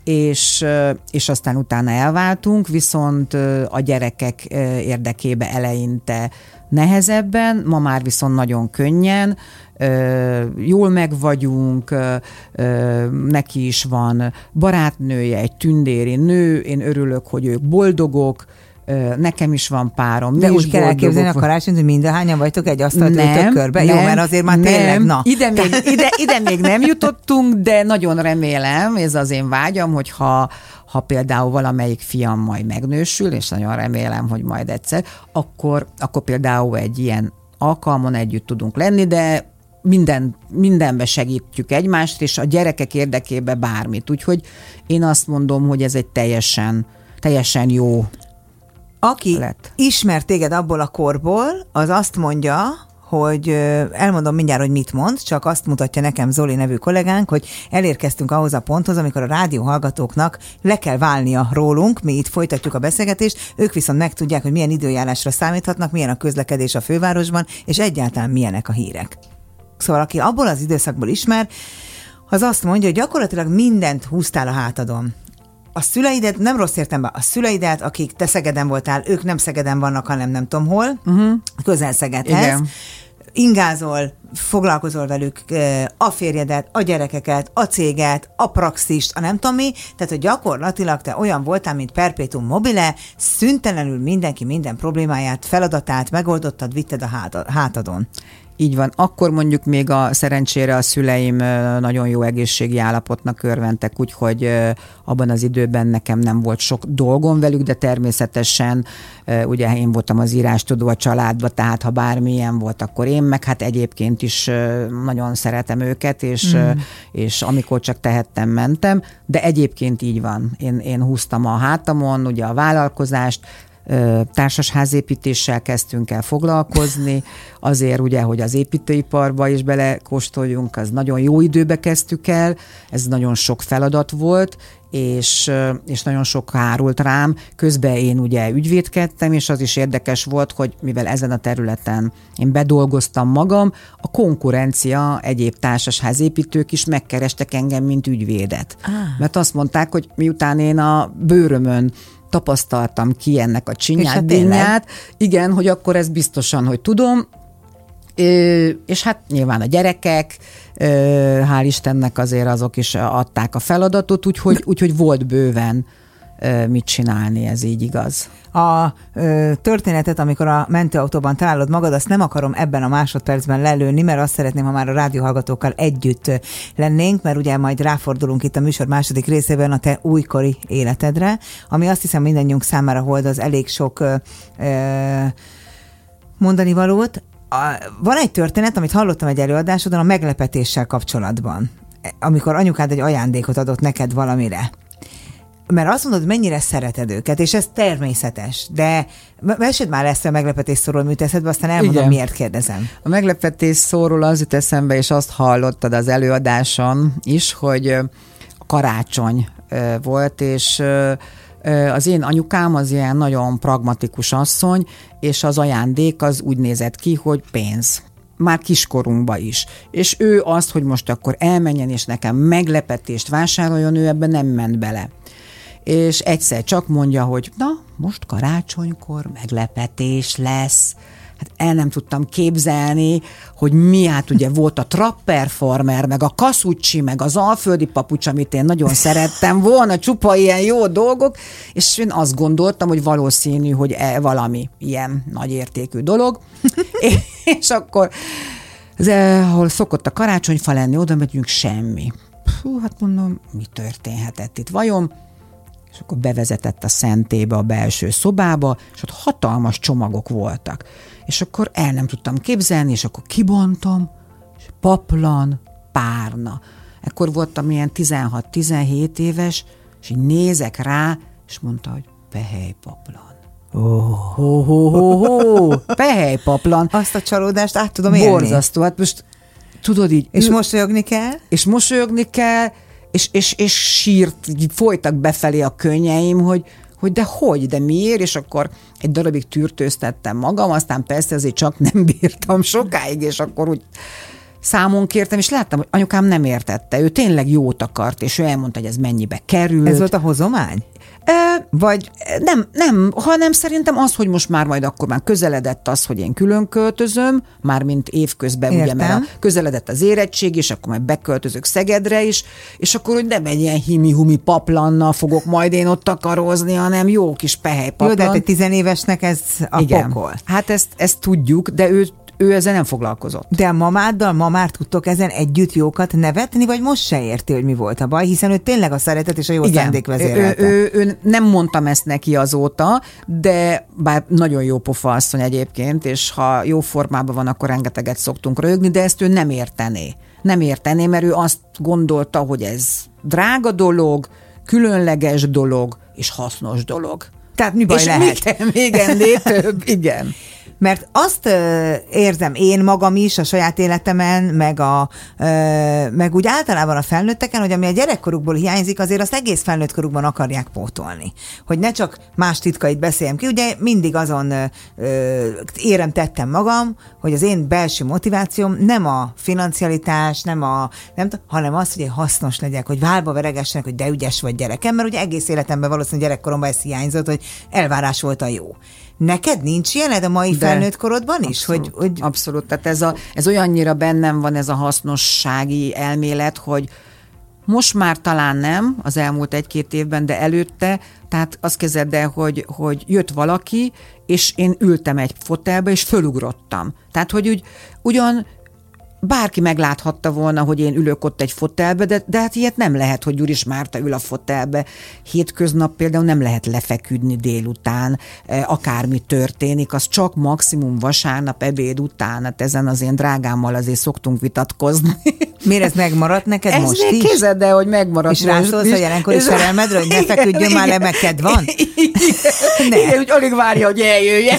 és, és aztán utána elváltunk, viszont a gyerekek érdekébe eleinte nehezebben, ma már viszont nagyon könnyen, jól megvagyunk, neki is van barátnője, egy tündéri nő, én örülök, hogy ők boldogok, nekem is van párom. De úgy kell elképzelni a karácsonyt, hogy mindahányan vagytok egy asztalt ültök körbe? Nem, Jó, mert azért már nem, tényleg, na. Ide még, ide, ide még nem jutottunk, de nagyon remélem, ez az én vágyam, hogy ha, ha például valamelyik fiam majd megnősül, és nagyon remélem, hogy majd egyszer, akkor, akkor például egy ilyen alkalmon együtt tudunk lenni, de minden, mindenbe segítjük egymást, és a gyerekek érdekébe bármit. Úgyhogy én azt mondom, hogy ez egy teljesen, teljesen jó Aki lett. ismer téged abból a korból, az azt mondja, hogy elmondom mindjárt, hogy mit mond, csak azt mutatja nekem Zoli nevű kollégánk, hogy elérkeztünk ahhoz a ponthoz, amikor a rádió hallgatóknak le kell válnia rólunk, mi itt folytatjuk a beszélgetést, ők viszont megtudják, hogy milyen időjárásra számíthatnak, milyen a közlekedés a fővárosban, és egyáltalán milyenek a hírek. Szóval aki abból az időszakból ismer, az azt mondja, hogy gyakorlatilag mindent húztál a hátadon. A szüleidet, nem rossz értelemben, a szüleidet, akik te Szegeden voltál, ők nem Szegeden vannak, hanem nem tudom hol, uh-huh. közel Szegedhez. Igen. Ingázol, foglalkozol velük, a férjedet, a gyerekeket, a céget, a praxist, a nem tudom mi, tehát hogy gyakorlatilag te olyan voltál, mint perpetuum mobile, szüntelenül mindenki minden problémáját, feladatát megoldottad, vitted a hátadon. Így van. Akkor mondjuk még a szerencsére a szüleim nagyon jó egészségi állapotnak örventek, úgyhogy abban az időben nekem nem volt sok dolgom velük, de természetesen ugye én voltam az írástudó a családba, tehát ha bármilyen volt, akkor én, meg hát egyébként is nagyon szeretem őket, és, mm. és amikor csak tehettem, mentem, de egyébként így van. Én, én húztam a hátamon ugye a vállalkozást, társasházépítéssel kezdtünk el foglalkozni, azért ugye, hogy az építőiparba is belekóstoljunk, az nagyon jó időbe kezdtük el, ez nagyon sok feladat volt, és, és nagyon sok hárult rám. Közben én ugye ügyvédkedtem, és az is érdekes volt, hogy mivel ezen a területen én bedolgoztam magam, a konkurencia, egyéb társasházépítők is megkerestek engem, mint ügyvédet. Ah. Mert azt mondták, hogy miután én a bőrömön tapasztaltam ki ennek a csinyát, dinnyát, igen, hogy akkor ez biztosan, hogy tudom, és hát nyilván a gyerekek, hál' Istennek azért azok is adták a feladatot, úgyhogy, úgyhogy volt bőven mit csinálni, ez így igaz. A ö, történetet, amikor a mentőautóban találod magad, azt nem akarom ebben a másodpercben lelőni, mert azt szeretném, ha már a rádióhallgatókkal együtt lennénk, mert ugye majd ráfordulunk itt a műsor második részében a te újkori életedre, ami azt hiszem mindannyiunk számára hold az elég sok ö, ö, mondani valót. A, van egy történet, amit hallottam egy előadásodon a meglepetéssel kapcsolatban, amikor anyukád egy ajándékot adott neked valamire. Mert azt mondod, mennyire szereted őket, és ez természetes, de mesélj már ezt a meglepetés szóról műt eszedbe, aztán elmondom, igen, miért kérdezem. A meglepetés szóról az jut eszembe, és azt hallottad az előadáson is, hogy a karácsony volt, és az én anyukám az ilyen nagyon pragmatikus asszony, és az ajándék az úgy nézett ki, hogy pénz. Már kiskorunkba is. És ő azt, hogy most akkor elmenjen, és nekem meglepetést vásároljon, ő ebben nem ment bele. És egyszer csak mondja, hogy na, most karácsonykor meglepetés lesz. Hát el nem tudtam képzelni, hogy mi, hát ugye volt a Trapper Farmer, meg a Kasucci, meg az Alföldi papucs, amit én nagyon szerettem volna, csupa ilyen jó dolgok, és én azt gondoltam, hogy valószínű, hogy e valami ilyen nagyértékű dolog. És akkor, ahol szokott a karácsonyfa lenni, oda megyünk, semmi. Hú, hát mondom, mi történhetett itt vajon? És akkor bevezetett a szentébe, a belső szobába, és ott hatalmas csomagok voltak. És akkor el nem tudtam képzelni, és akkor kibontom, és paplan, párna. Ekkor voltam ilyen tizenhat-tizenhét éves, és így nézek rá, és mondta, hogy pehelypaplan. Oh. Ho, ho, ho, ho. Pehelypaplan. Azt a csalódást át tudom élni. Borzasztó. Hát most tudod így. És ő, mosolyogni kell? És mosolyogni kell, és, és, és sírt, így folytak befelé a könnyeim, hogy, hogy de hogy, de miért, és akkor egy darabig tűrtőztettem magam, aztán persze azért csak nem bírtam sokáig, és akkor úgy számon kértem, és láttam, hogy anyukám nem értette. Ő tényleg jót akart, és ő elmondta, hogy ez mennyibe került. Ez volt a hozomány? E, Vagy nem, nem, hanem szerintem az, hogy most már majd akkor már közeledett az, hogy én külön költözöm, mármint évközben, Értem. ugye, mert a, közeledett az érettség, és akkor majd beköltözök Szegedre is, és akkor, hogy nem egy ilyen himi-humi paplannal fogok majd én ott takarózni, hanem jó kis pehely paplan. Jó, de hát egy tizenévesnek ez a Igen. pokol. Hát ezt, ezt tudjuk, de ő ő ezzel nem foglalkozott. De a mamáddal ma már tudtok ezen együtt jókat nevetni, vagy most se érti, hogy mi volt a baj, hiszen ő tényleg a szeretet és a jó szándék vezérelte. Ő, ő, ő, nem mondtam ezt neki azóta, de bár nagyon jó pofa asszony egyébként, és ha jó formában van, akkor rengeteget szoktunk röhögni, de ezt ő nem értené. Nem értené, mert ő azt gondolta, hogy ez drága dolog, különleges dolog, és hasznos dolog. Tehát mi baj és lehet? És még ennél több, igen. Mert azt ö, érzem én magam is a saját életemen, meg, a, ö, meg úgy általában a felnőtteken, hogy ami a gyerekkorukból hiányzik, azért azt egész felnőtt korukban akarják pótolni. Hogy ne csak más titkait beszéljem ki, ugye mindig azon ö, ö, érem tettem magam, hogy az én belső motivációm nem a financialitás, nem a, nem t- hanem az, hogy én hasznos legyek, hogy válba veregessenek, hogy de ügyes vagy gyerekem, mert ugye egész életemben valószínűleg gyerekkoromban ez hiányzott, hogy elvárás volt a jó. Neked nincs ilyened a mai De, felnőtt korodban is? Abszolút, hogy, hogy... abszolút. Tehát ez, a, ez olyannyira bennem van ez a hasznossági elmélet, hogy most már talán nem az elmúlt egy-két évben, de előtte, tehát azt kezdett el, hogy, hogy jött valaki, és én ültem egy fotelbe, és fölugrottam. Tehát, hogy úgy, ugyan bárki megláthatta volna, hogy én ülök ott egy fotelbe, de, de hát ilyet nem lehet, hogy Gyuris Márta ül a fotelbe. Hétköznap például nem lehet lefeküdni délután, akármi történik, az csak maximum vasárnap ebéd után, hát ezen az én drágámmal azért szoktunk vitatkozni. Miért ez megmaradt neked ez most még is? Képzeld el, hogy megmaradt és most is. És rászólsz a jelenkori szerelmedre, hogy ne igen, feküdjön igen, már le, meg kedv van? Igen, igen, hogy alig várja, hogy eljöjjön.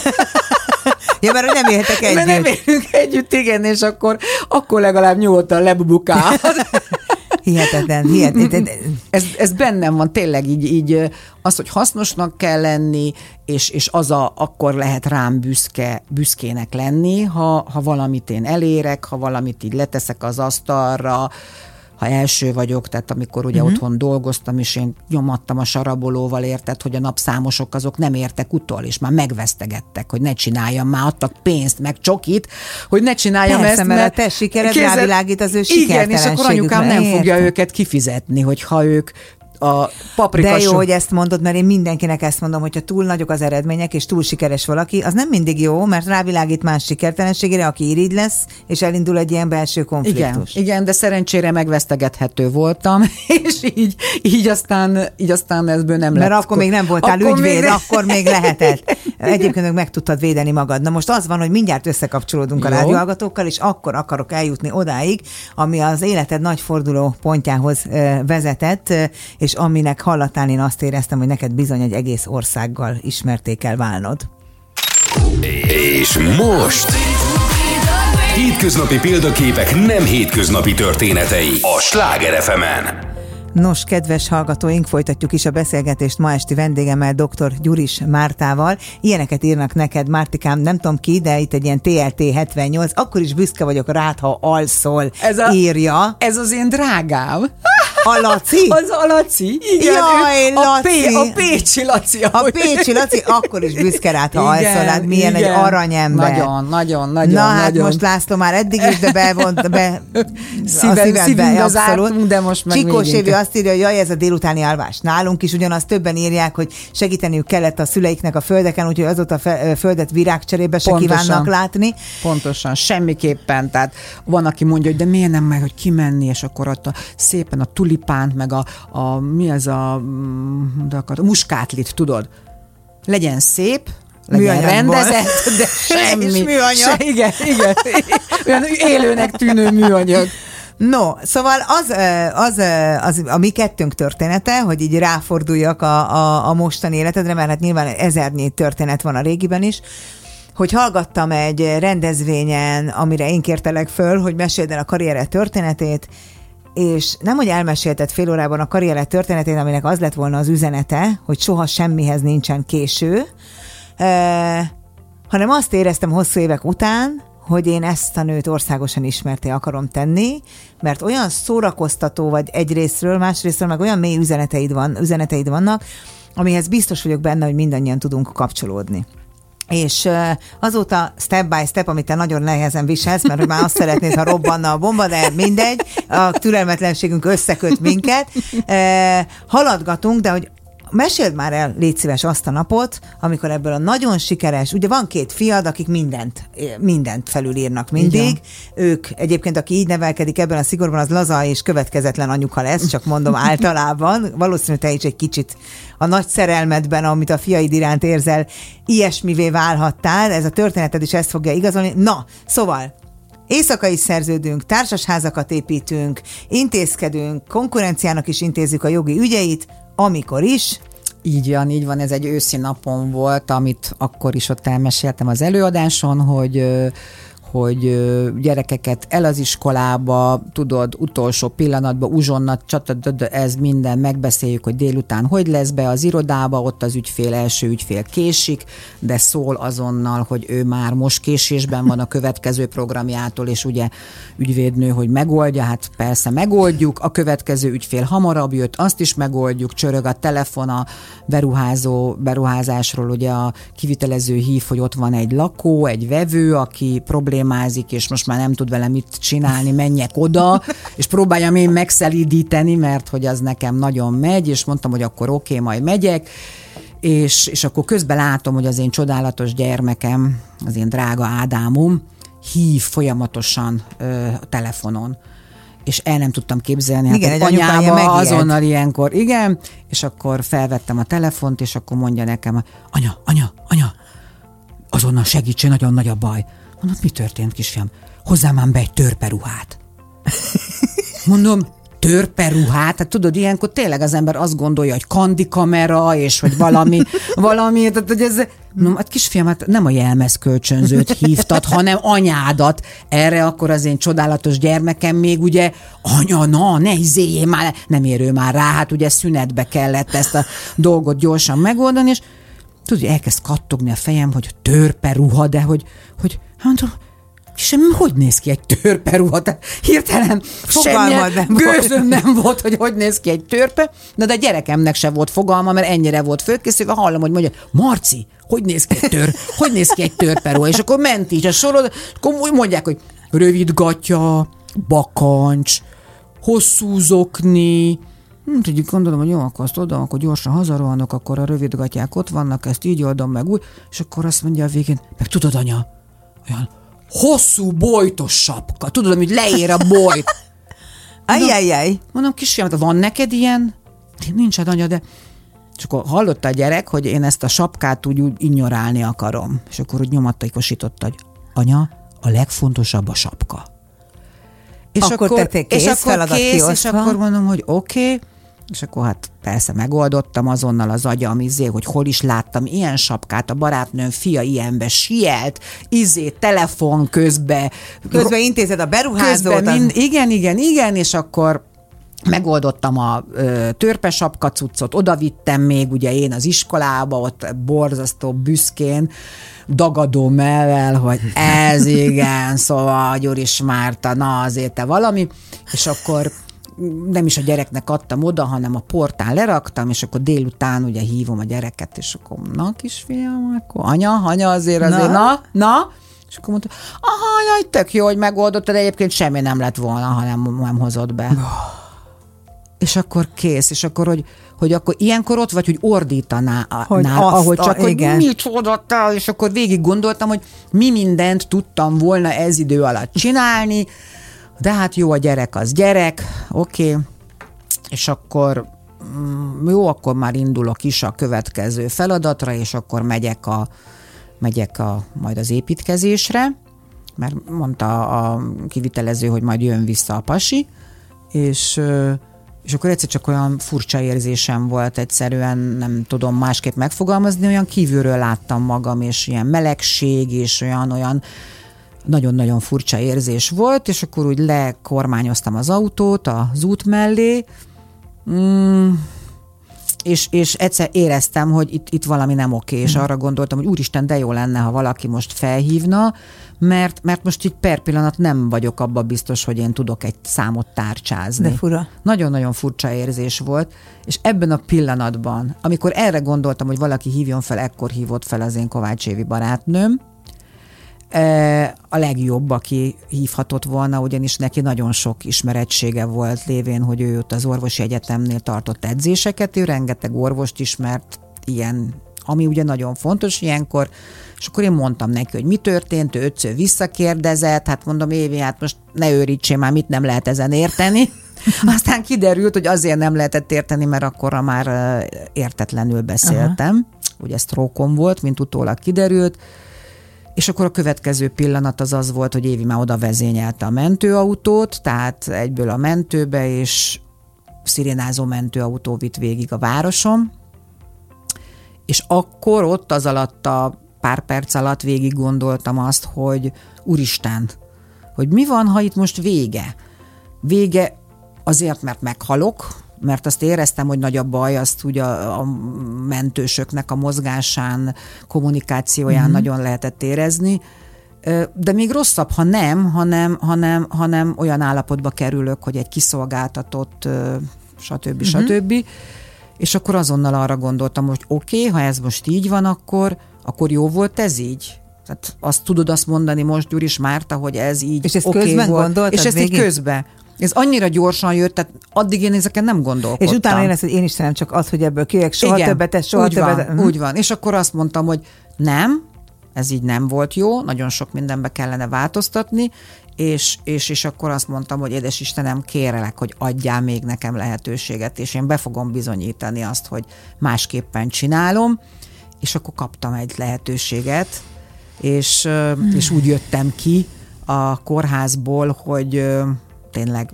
Ja, mert nem éltek együtt. Mert nem élünk együtt, igen, és akkor, akkor legalább nyugodtan lebubukál. Hihetetlen, hihetetlen. Ez, ez bennem van tényleg így, így az, hogy hasznosnak kell lenni, és, és az a, akkor lehet rám büszke, büszkének lenni, ha, ha valamit én elérek, ha valamit így leteszek az asztalra, ha első vagyok, tehát amikor ugye uh-huh. otthon dolgoztam, és én nyomattam a sarabolóval, érted, hogy a napszámosok azok nem értek utol, és már megvesztegettek, hogy ne csináljam, már adtak pénzt, meg csokit, hogy ne csináljam Persze, ezt, mert, mert a te sikered kézzel... rávilágít az ő Igen, és akkor anyukám nem értem. fogja őket kifizetni, hogyha ők a paprika. De jó, hogy ezt mondod, mert én mindenkinek ezt mondom, hogyha túl nagyok az eredmények, és túl sikeres valaki, az nem mindig jó, mert rávilágít más sikertelenségére, aki irigy lesz, és elindul egy ilyen belső konfliktus. Igen, igen, de szerencsére megvesztegethető voltam, és így, így, aztán, így aztán ezből nem mert lett. akkor még nem voltál akkor ügyvéd, még... akkor még lehetett. Egyébként meg meg tudtad védeni magad. Na most az van, hogy mindjárt összekapcsolódunk jó. a rádióhallgatókkal, és akkor akarok eljutni odáig, ami az életed nagy forduló pontjához vezetett, és aminek hallatán én azt éreztem, hogy neked bizony egy egész országgal ismerté kell válnod. És most hétköznapi példaképek nem hétköznapi történetei a Sláger ef emen. Nos, kedves hallgatóink, folytatjuk is a beszélgetést ma esti vendégemmel, dr. Gyuris Mártával. Ilyeneket írnak neked, Mártikám, nem tudom ki, de itt egy ilyen té el té hetvennyolc, akkor is büszke vagyok rád, ha alszol, ez a, írja. Ez az én drágám. A Laci? Az a Laci, igen. Jaj, a, Laci. P, a Pécsi Laci. A Pécsi Laci, akkor is büszke rád, ha alszol, hát milyen igen. egy aranyember. Nagyon, nagyon, nagyon. Na hát nagyon. most László már eddig is, de bevont be Szíven, a szívedbe, abszolút. De most meg Csikós még Évi azt írja, hogy jaj, ez a délutáni alvás. Nálunk is ugyanaz többen írják, hogy segíteniük kellett a szüleiknek a földeken, úgyhogy azóta a földet virágcserébe se pontosan kívánnak látni. Pontosan, semmiképpen. Tehát van, aki mondja, hogy de miért nem meg, hogy kimenni, és akkor ott a, szépen a tulipánt, meg a, a mi ez a, de akar, a muskátlit, tudod? Legyen szép, legyen műanyagból. Rendezett, de semmi. És műanyag. Se, igen, igen. Olyan élőnek tűnő műanyag. No, szóval az, az, az a mi kettőnk története, hogy így ráforduljak a, a, a mostani életedre, mert hát nyilván ezernyi történet van a régiben is, hogy hallgattam egy rendezvényen, amire én kértelek föl, hogy meséld el a karriered történetét, és nem, hogy elmesélted fél órában a karriered történetét, aminek az lett volna az üzenete, hogy soha semmihez nincsen késő, eh, hanem azt éreztem hosszú évek után, hogy én ezt a nőt országosan ismerté akarom tenni, mert olyan szórakoztató vagy egyrésztről, másrésztről meg olyan mély üzeneteid, van, üzeneteid vannak, amihez biztos vagyok benne, hogy mindannyian tudunk kapcsolódni. És azóta step by step, amit te nagyon nehezen viselsz, mert hogy már azt szeretnéd, ha robbanna a bomba, de mindegy, a türelmetlenségünk összeköt minket, haladgatunk, de hogy meséld már el, légy szíves, azt a napot, amikor ebből a nagyon sikeres, ugye van két fiad, akik mindent, mindent felülírnak mindig. Igen. Ők egyébként, aki így nevelkedik ebben a szigorban, az laza és következetlen anyuka lesz, csak mondom általában. Valószínűleg te is egy kicsit a nagy szerelmedben, amit a fiaid iránt érzel, ilyesmivé válhattál. Ez a történeted is ezt fogja igazolni. Na, szóval éjszaka is szerződünk, társasházakat építünk, intézkedünk, konkurenciának is intézzük a jogi ügyeit, amikor is. Így van, így van, ez egy őszi napon volt, amit akkor is ott elmeséltem az előadáson, hogy hogy gyerekeket el az iskolába, tudod, utolsó pillanatban uzsonnat, csatad, ez minden, megbeszéljük, hogy délután hogy lesz be az irodába, ott az ügyfél, első ügyfél késik, de szól azonnal, hogy ő már most késésben van a következő programjától, és ugye ügyvédnő, hogy megoldja, hát persze megoldjuk, a következő ügyfél hamarabb jött, azt is megoldjuk, csörög a telefon a beruházó, beruházásról, ugye a kivitelező hív, hogy ott van egy lakó, egy vevő, aki problém mázik, és most már nem tud vele mit csinálni, menjek oda, és próbáljam én megszelídíteni, mert hogy az nekem nagyon megy, és mondtam, hogy akkor oké, okay, majd megyek, és, és akkor közben látom, hogy az én csodálatos gyermekem, az én drága Ádámom hív folyamatosan ö, a telefonon, és el nem tudtam képzelni, igen, hát anyába azonnal ilyenkor, igen, és akkor felvettem a telefont, és akkor mondja nekem, anya, anya, anya, azonnal segítsen, nagyon nagy a baj. Mondom, mi történt, kisfiam? Hozzám már be egy törperuhát. Mondom, törperuhát? Hát tudod, ilyenkor tényleg az ember azt gondolja, hogy kandikamera, és hogy valami, valami, tehát hogy ez... No, hát kisfiam, hát nem a jelmezkölcsönzőt hívtad, hanem anyádat. Erre akkor az én csodálatos gyermekem még ugye, anya, na, ne izéljél már, nem érő már rá, hát ugye szünetbe kellett ezt a dolgot gyorsan megoldani, és tudod, elkezd kattogni a fejem, hogy törperuha, de hogy, hogy mondom, és hogy néz ki egy törperuha? Hirtelen semmilyen gőzöm nem volt, hogy hogy néz ki egy törpe, de, de a gyerekemnek se volt fogalma, mert ennyire volt fölkészülve, hallom, hogy mondja, Marci, hogy néz ki egy tör, hogy néz ki egy törperuha? És akkor ment így a sorod, akkor úgy mondják, hogy rövid gatya, bakancs, hosszú zokni. Hm, tudjuk, gondolom, hogy jó, akkor azt oda, akkor gyorsan hazarohanok, akkor a rövidgatják ott vannak, ezt így oldom meg úgy, és akkor azt mondja a végén, meg tudod, anya, olyan hosszú bojtos sapka, tudod, hogy leér a bojt. Ajjajjaj. Mondom, kisfiam, van neked ilyen? Nincs, anya, de... És akkor hallotta a gyerek, hogy én ezt a sapkát úgy, úgy ignorálni akarom. És akkor úgy nyomattaikosította, hogy anya, a legfontosabb a sapka. És akkor, akkor te kész, és akkor feladat kész, kiosztva. És akkor mondom, hogy oké, okay. És akkor hát persze megoldottam azonnal az agyam, izé, hogy hol is láttam ilyen sapkát, a barátnőm fia ilyenbe sielt, izé, telefon közbe. Közben intézed a beruházót. Közben mind, igen, igen, igen, és akkor megoldottam a ö, törpesapka cuccot, odavittem még ugye én az iskolába, ott borzasztó büszkén, dagadó mellel, hogy ez igen, szóval Gyuris Márta, na azért te valami, és akkor nem is a gyereknek adtam oda, hanem a portán leraktam, és akkor délután ugye hívom a gyereket, és akkor na kisfiam, akkor anya, anya azért azért, na, na, na. És akkor mondta, aha, jaj, tök jó, hogy megoldottad, egyébként semmi nem lett volna, ha nem, nem hozott be. És akkor kész, és akkor, hogy, hogy akkor ilyenkor ott vagy, hogy ordítaná, hogy ná, ahogy csak, a, hogy mit oldottál, és akkor végig gondoltam, hogy mi mindent tudtam volna ez idő alatt csinálni, de hát jó, a gyerek az gyerek, oké, okay. És akkor jó, akkor már indulok is a következő feladatra, és akkor megyek a, megyek a, majd az építkezésre, mert mondta a kivitelező, hogy majd jön vissza a pasi, és, és akkor egyszer csak olyan furcsa érzésem volt, egyszerűen nem tudom másképp megfogalmazni, olyan kívülről láttam magam, és ilyen melegség, és olyan, olyan nagyon-nagyon furcsa érzés volt, és akkor úgy lekormányoztam az autót az út mellé, mm, és, és egyszer éreztem, hogy itt, itt valami nem oké, és arra gondoltam, hogy úristen, de jó lenne, ha valaki most felhívna, mert, mert most itt per pillanat nem vagyok abba biztos, hogy én tudok egy számot tárcsázni. De fura. Nagyon-nagyon furcsa érzés volt, és ebben a pillanatban, amikor erre gondoltam, hogy valaki hívjon fel, ekkor hívott fel az én Kovács Évi barátnőm, a legjobb, aki hívhatott volna, ugyanis neki nagyon sok ismerettsége volt lévén, hogy ő ott az orvosi egyetemnél tartott edzéseket, ő rengeteg orvost ismert, ilyen, ami ugye nagyon fontos ilyenkor, és akkor én mondtam neki, hogy mi történt, ő ötször visszakérdezett, hát mondom, Évi, hát most ne őrítsél már, mit nem lehet ezen érteni. Aztán kiderült, hogy azért nem lehetett érteni, mert akkorra már értetlenül beszéltem. Aha. Ugye sztrókom volt, mint utólag kiderült. És akkor a következő pillanat az az volt, hogy Évi már oda vezényelte a mentőautót, tehát egyből a mentőbe, és szirénázó mentőautó vitt végig a városom. És akkor ott az alatt a pár perc alatt végig gondoltam azt, hogy úristen, hogy mi van, ha itt most vége? Vége azért, mert meghalok, mert azt éreztem, hogy nagy a baj, azt ugye a, a mentősöknek a mozgásán, kommunikációján mm-hmm. nagyon lehetett érezni, de még rosszabb, ha nem, hanem, hanem, hanem olyan állapotba kerülök, hogy egy kiszolgáltatott, stb. Mm-hmm. stb. És akkor azonnal arra gondoltam, hogy oké, okay, ha ez most így van, akkor, akkor jó volt ez így? Tehát azt tudod azt mondani most, Gyuris Márta, hogy ez így és ezt okay közben volt. gondoltad És ezt végig? így közben. Ez annyira gyorsan jött, tehát addig én ezeken nem gondolkodtam. És utána én ezt, hogy én Istenem, csak az, hogy ebből kijöjjek, soha igen, többet, ez soha úgy többet. Van, úgy van. És akkor azt mondtam, hogy nem, ez így nem volt jó, nagyon sok mindenbe kellene változtatni, és, és, és akkor azt mondtam, hogy édes Istenem, kérlek, hogy adjál még nekem lehetőséget, és én be fogom bizonyítani azt, hogy másképpen csinálom, és akkor kaptam egy lehetőséget, és, hmm. és úgy jöttem ki a kórházból, hogy tényleg,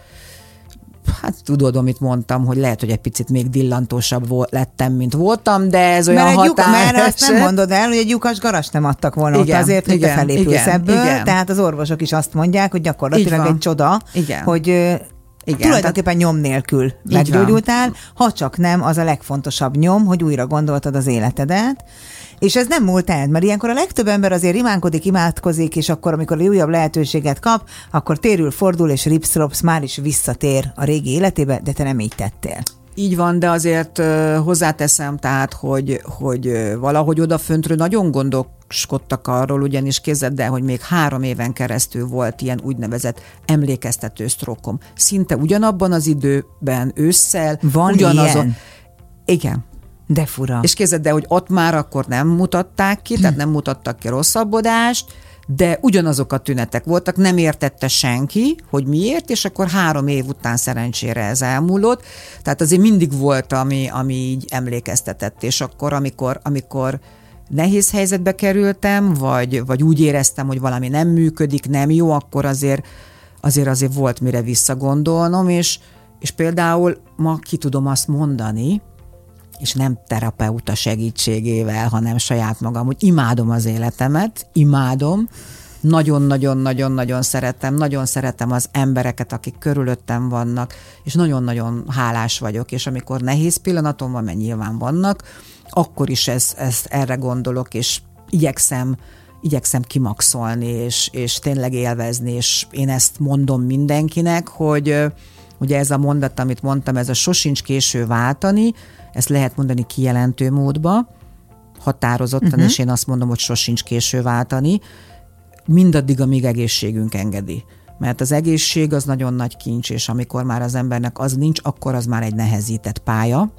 hát tudod, amit mondtam, hogy lehet, hogy egy picit még dillantósabb volt, lettem, mint voltam, de ez olyan mert határ. Mert azt nem mondod el, hogy egy lyukas garast nem adtak volna igen, ott azért, hogy igen, te felépülsz igen, ebből, igen. Tehát az orvosok is azt mondják, hogy gyakorlatilag egy csoda, igen. hogy igen, tulajdonképpen tehát, nyom nélkül meggyógyultál, ha csak nem az a legfontosabb nyom, hogy újra gondoltad az életedet. És ez nem múlt el, mert ilyenkor a legtöbb ember azért imánkodik, imádkozik, és akkor, amikor a újabb lehetőséget kap, akkor térül, fordul, és ripszlopsz már is visszatér a régi életébe, de te nem így tettél. Így van, de azért uh, hozzáteszem, tehát, hogy, hogy uh, valahogy odaföntről nagyon gondoskodtak arról, ugyanis képzeld el, hogy még három éven keresztül volt ilyen úgynevezett emlékeztető sztrókom. Szinte ugyanabban az időben, ősszel. Van ugyanazon. ilyen? Igen. De fura. És képzeld el, hogy ott már akkor nem mutatták ki, tehát nem mutattak ki rosszabbodást, de ugyanazok a tünetek voltak, nem értette senki, hogy miért, és akkor három év után szerencsére ez elmúlott. Tehát azért mindig volt, ami, ami így emlékeztetett, és akkor, amikor, amikor nehéz helyzetbe kerültem, vagy, vagy úgy éreztem, hogy valami nem működik, nem jó, akkor azért azért, azért volt mire visszagondolnom, és, és például ma ki tudom azt mondani, és nem terapeuta segítségével, hanem saját magam, hogy imádom az életemet, imádom, nagyon-nagyon-nagyon-nagyon szeretem, nagyon szeretem az embereket, akik körülöttem vannak, és nagyon-nagyon hálás vagyok, és amikor nehéz pillanatom van, mert nyilván vannak, akkor is ez, ez, erre gondolok, és igyekszem, igyekszem kimaxolni, és, és tényleg élvezni, és én ezt mondom mindenkinek, hogy ugye ez a mondat, amit mondtam, ez a sosincs késő váltani, ezt lehet mondani kijelentő módba, határozottan, uh-huh. és én azt mondom, hogy sosincs késő váltani, mindaddig, amíg egészségünk engedi. Mert az egészség az nagyon nagy kincs, és amikor már az embernek az nincs, akkor az már egy nehezített pálya,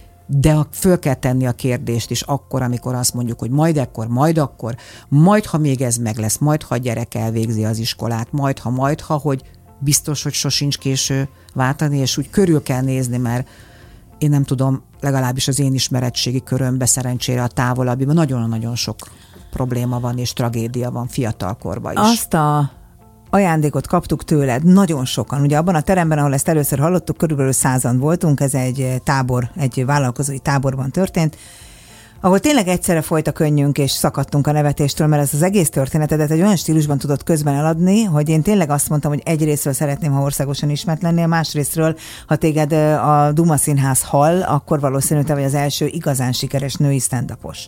de föl kell tenni a kérdést is akkor, amikor azt mondjuk, hogy majd ekkor, majd akkor, majd ha még ez meg lesz, majd ha a gyerek elvégzi az iskolát, majd ha, majd ha, hogy biztos, hogy sosincs késő váltani, és úgy körül kell nézni, mert én nem tudom, legalábbis az én ismeretségi körömbe szerencsére a távolabbiban nagyon-nagyon sok probléma van, és tragédia van fiatalkorban is. Azt a ajándékot kaptuk tőled nagyon sokan. Ugye abban a teremben, ahol ezt először hallottuk, körülbelül százan voltunk, ez egy tábor, egy vállalkozói táborban történt. ahol tényleg egyszerre folyt a könnyünk, és szakadtunk a nevetéstől, mert ez az egész történetedet egy olyan stílusban tudott közben eladni, hogy én tényleg azt mondtam, hogy egyrésztről szeretném, ha országosan ismert lennél, másrésztről, ha téged a Duma Színház hall, akkor valószínű te vagy az első igazán sikeres női stand-upos.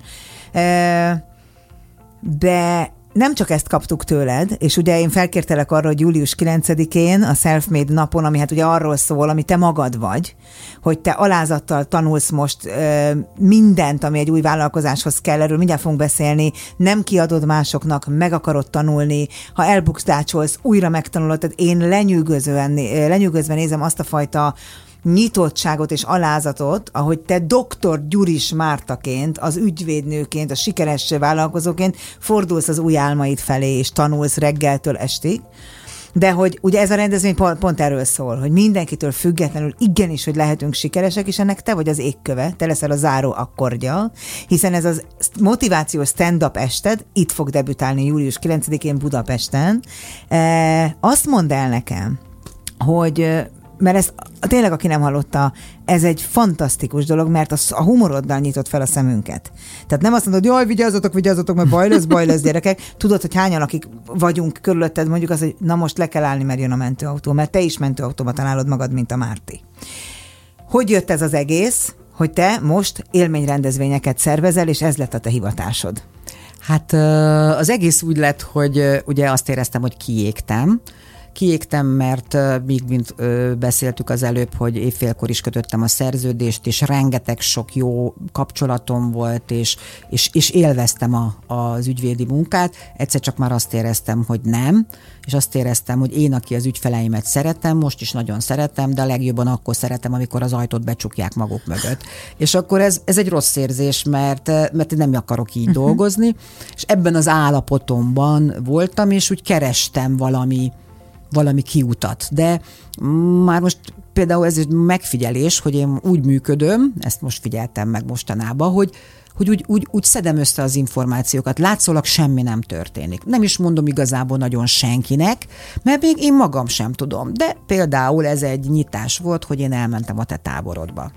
De nem csak ezt kaptuk tőled, és ugye én felkértelek arra, hogy július kilencedikén a Self-Made napon, ami hát ugye arról szól, ami te magad vagy, hogy te alázattal tanulsz most ö, mindent, ami egy új vállalkozáshoz kell, erről mindjárt fogunk beszélni, nem kiadod másoknak, meg akarod tanulni, ha elbuksdácsolsz, újra megtanulod, tehát én lenyűgözően, lenyűgözve nézem azt a fajta nyitottságot és alázatot, ahogy te doktor Gyuris Mártaként, az ügyvédnőként, a sikeres vállalkozóként fordulsz az új álmaid felé, és tanulsz reggeltől estig. De hogy ugye ez a rendezvény pont, pont erről szól, hogy mindenkitől függetlenül igenis, hogy lehetünk sikeresek, és ennek te vagy az égköve, te leszel a záró akkordja, hiszen ez az motivációs stand-up ested itt fog debütálni július kilencedikén Budapesten. E, azt mondd el nekem, hogy mert ez tényleg, aki nem hallotta, ez egy fantasztikus dolog, mert a, a humoroddal nyitott fel a szemünket. Tehát nem azt mondod, hogy jaj, vigyázzatok, vigyázzatok, mert baj lesz, baj lesz, gyerekek. Tudod, hogy hányan, akik vagyunk körülötted, mondjuk az, hogy na most le kell állni, mert jön a mentőautó, mert te is mentőautóba találod magad, mint a Márti. Hogy jött ez az egész, hogy te most élményrendezvényeket szervezel, és ez lett a te hivatásod? Hát az egész úgy lett, hogy ugye azt éreztem, hogy kiégtem, Kiégtem, mert még mint beszéltük az előbb, hogy évfélkor is kötöttem a szerződést, és rengeteg sok jó kapcsolatom volt, és, és, és élveztem a, az ügyvédi munkát. Egyszer csak már azt éreztem, hogy nem, és azt éreztem, hogy én, aki az ügyfeleimet szeretem, most is nagyon szeretem, de a legjobban akkor szeretem, amikor az ajtót becsukják maguk mögött. És akkor ez, ez egy rossz érzés, mert, mert én nem akarok így uh-huh. dolgozni, és ebben az állapotomban voltam, és úgy kerestem valami valami kiutat. De már most például ez egy megfigyelés, hogy én úgy működöm, ezt most figyeltem meg mostanában, hogy, hogy úgy, úgy, úgy szedem össze az információkat. Látszólag semmi nem történik. Nem is mondom igazából nagyon senkinek, mert még én magam sem tudom. De például ez egy nyitás volt, hogy én elmentem a te táborodba.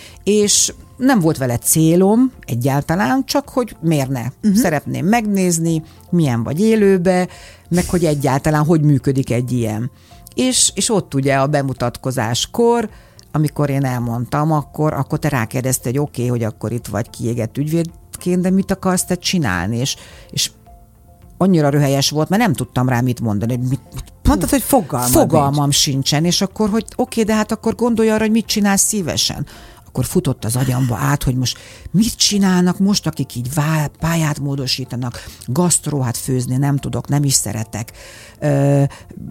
És nem volt vele célom egyáltalán, csak hogy miért ne. Uh-huh. Szeretném megnézni, milyen vagy élőbe, meg hogy egyáltalán hogy működik egy ilyen. És, és ott ugye a bemutatkozáskor, amikor én elmondtam, akkor, akkor te rákérdezte, hogy oké, okay, hogy akkor itt vagy kiégett ügyvédként, de mit akarsz te csinálni? És, és annyira röhelyes volt, mert nem tudtam rá mit mondani. Hogy mit, mit, Mondtad, hogy fogalmam Fogalmam nincs. sincsen, és akkor, hogy oké, okay, de hát akkor gondolj arra, hogy mit csinálsz szívesen. Akkor futott az agyamba át, hogy most mit csinálnak most, akik így vá, pályát módosítanak, gasztró, hát főzni nem tudok, nem is szeretek, Ö,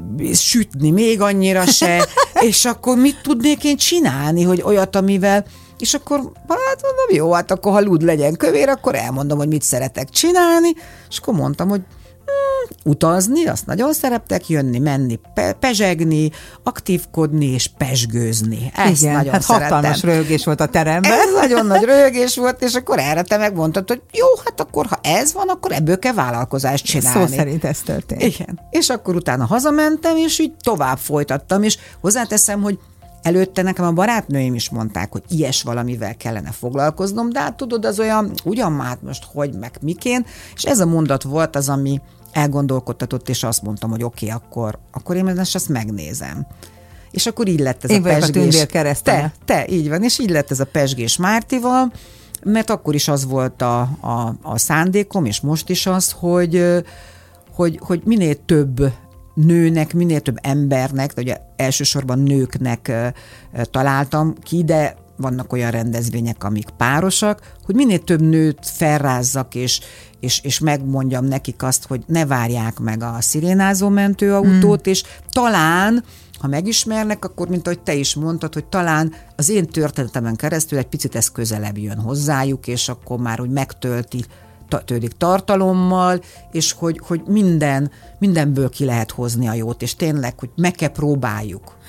sütni még annyira se, és akkor mit tudnék én csinálni, hogy olyat, amivel, és akkor hát mondom, jó, hát akkor ha lúd legyen kövér, akkor elmondom, hogy mit szeretek csinálni, és akkor mondtam, hogy utazni, azt nagyon szerettek, jönni, menni, pe- pezsegni, aktívkodni és pezsgőzni. Ezt igen, nagyon hát szerettem. Hatalmas röhögés volt a teremben. Ez nagyon nagy röhögés volt, és akkor erre te megmondtad, hogy jó, hát akkor ha ez van, akkor ebből kell vállalkozást csinálni. Szó szerint ez történt. Igen. És akkor utána hazamentem, és így tovább folytattam, és hozzáteszem, hogy előtte nekem a barátnőim is mondták, hogy ilyes valamivel kellene foglalkoznom, de hát tudod, az olyan, ugyan már most hogy, meg miként, és ez a mondat volt az, ami elgondolkodtatott, és azt mondtam, hogy oké, okay, akkor, akkor én ezt, ezt megnézem. És akkor így lett ez én a pezsgés. A te, te, így van, és így lett ez a pezsgés Mártival, mert akkor is az volt a, a, a szándékom, és most is az, hogy, hogy, hogy minél több nőnek, minél több embernek, de ugye elsősorban nőknek találtam ki, de vannak olyan rendezvények, amik párosak, hogy minél több nőt felrázzak, és, és, és megmondjam nekik azt, hogy ne várják meg a szirénázó mentőautót, mm. és talán, ha megismernek, akkor, mint ahogy te is mondtad, hogy talán az én történetemen keresztül egy picit ez közelebb jön hozzájuk, és akkor már úgy megtölti tődik tartalommal, és hogy, hogy minden, mindenből ki lehet hozni a jót, és tényleg, hogy meg kell próbáljuk.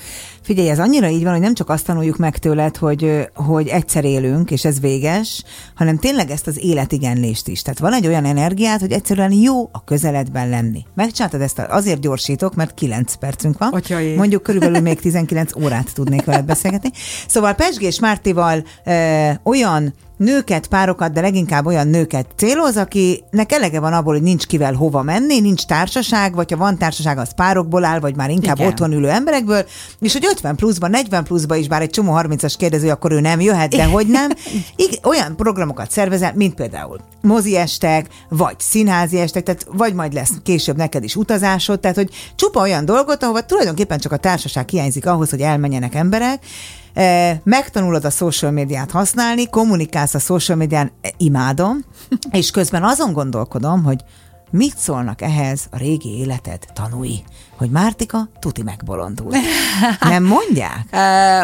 Figyelj, ez annyira így van, hogy nem csak azt tanuljuk meg tőled, hogy, hogy egyszer élünk, és ez véges, hanem tényleg ezt az életigenlést is. Tehát van egy olyan energiát, hogy egyszerűen jó a közeledben lenni. Megcsináltad ezt, azért gyorsítok, mert kilenc percünk van. Atyai. Mondjuk körülbelül még tizenkilenc órát tudnék veled beszélgetni. Szóval Pezsgés Mártival ö, olyan nőket, párokat, de leginkább olyan nőket céloz, akinek elege van abból, hogy nincs kivel hova menni, nincs társaság, vagy ha van társaság, az párokból áll, vagy már inkább igen. otthon ülő emberekből, és hogy ötven pluszban, negyven pluszban is, bár egy csomó harmincas kérdező, akkor ő nem jöhet, de hogy nem. Igen, olyan programokat szervezel, mint például moziestek, vagy színházi estek, tehát vagy majd lesz később neked is utazásod, tehát hogy csupa olyan dolgot, ahova tulajdonképpen csak a társaság hiányzik ahhoz, hogy elmenjenek emberek. Megtanulod a social médiát használni, kommunikálsz a social médián, imádom, és közben azon gondolkodom, hogy mit szólnak ehhez a régi életed tanúi, hogy Mártika tuti megbolondul. Nem mondják? Uh,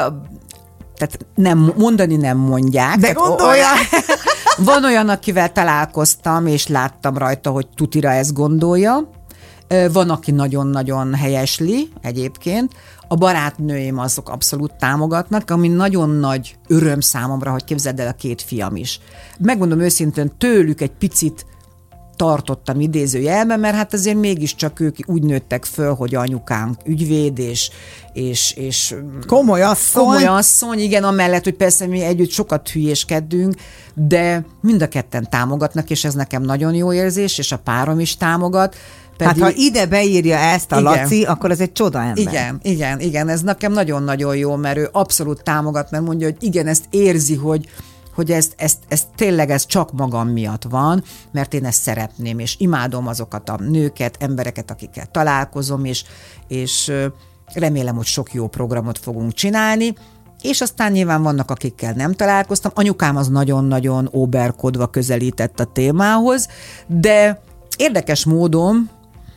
tehát nem, mondani nem mondják. De gondolják! Van olyan, akivel találkoztam, és láttam rajta, hogy tutira ezt gondolja. Van, aki nagyon-nagyon helyesli egyébként. A barátnőim azok abszolút támogatnak, ami nagyon nagy öröm számomra, hogy képzeld el, a két fiam is. Megmondom őszintén, tőlük egy picit tartottam idézőjelben, mert hát azért mégiscsak ők úgy nőttek föl, hogy anyukánk ügyvéd, és, és, és komoly asszony. Komoly asszony, igen, amellett, hogy persze mi együtt sokat hülyéskedünk, de mind a ketten támogatnak, és ez nekem nagyon jó érzés, és a párom is támogat. Pedig... Hát ha ide beírja ezt a igen. Laci, akkor ez egy csoda ember. Igen, igen, igen, ez nekem nagyon-nagyon jó, mert ő abszolút támogat, mert mondja, hogy igen, ezt érzi, hogy hogy ezt, ezt, ezt tényleg ez csak magam miatt van, mert én ezt szeretném, és imádom azokat a nőket, embereket, akikkel találkozom, és, és remélem, hogy sok jó programot fogunk csinálni, és aztán nyilván vannak, akikkel nem találkoztam. Anyukám az nagyon-nagyon óberkodva közelített a témához, de érdekes módon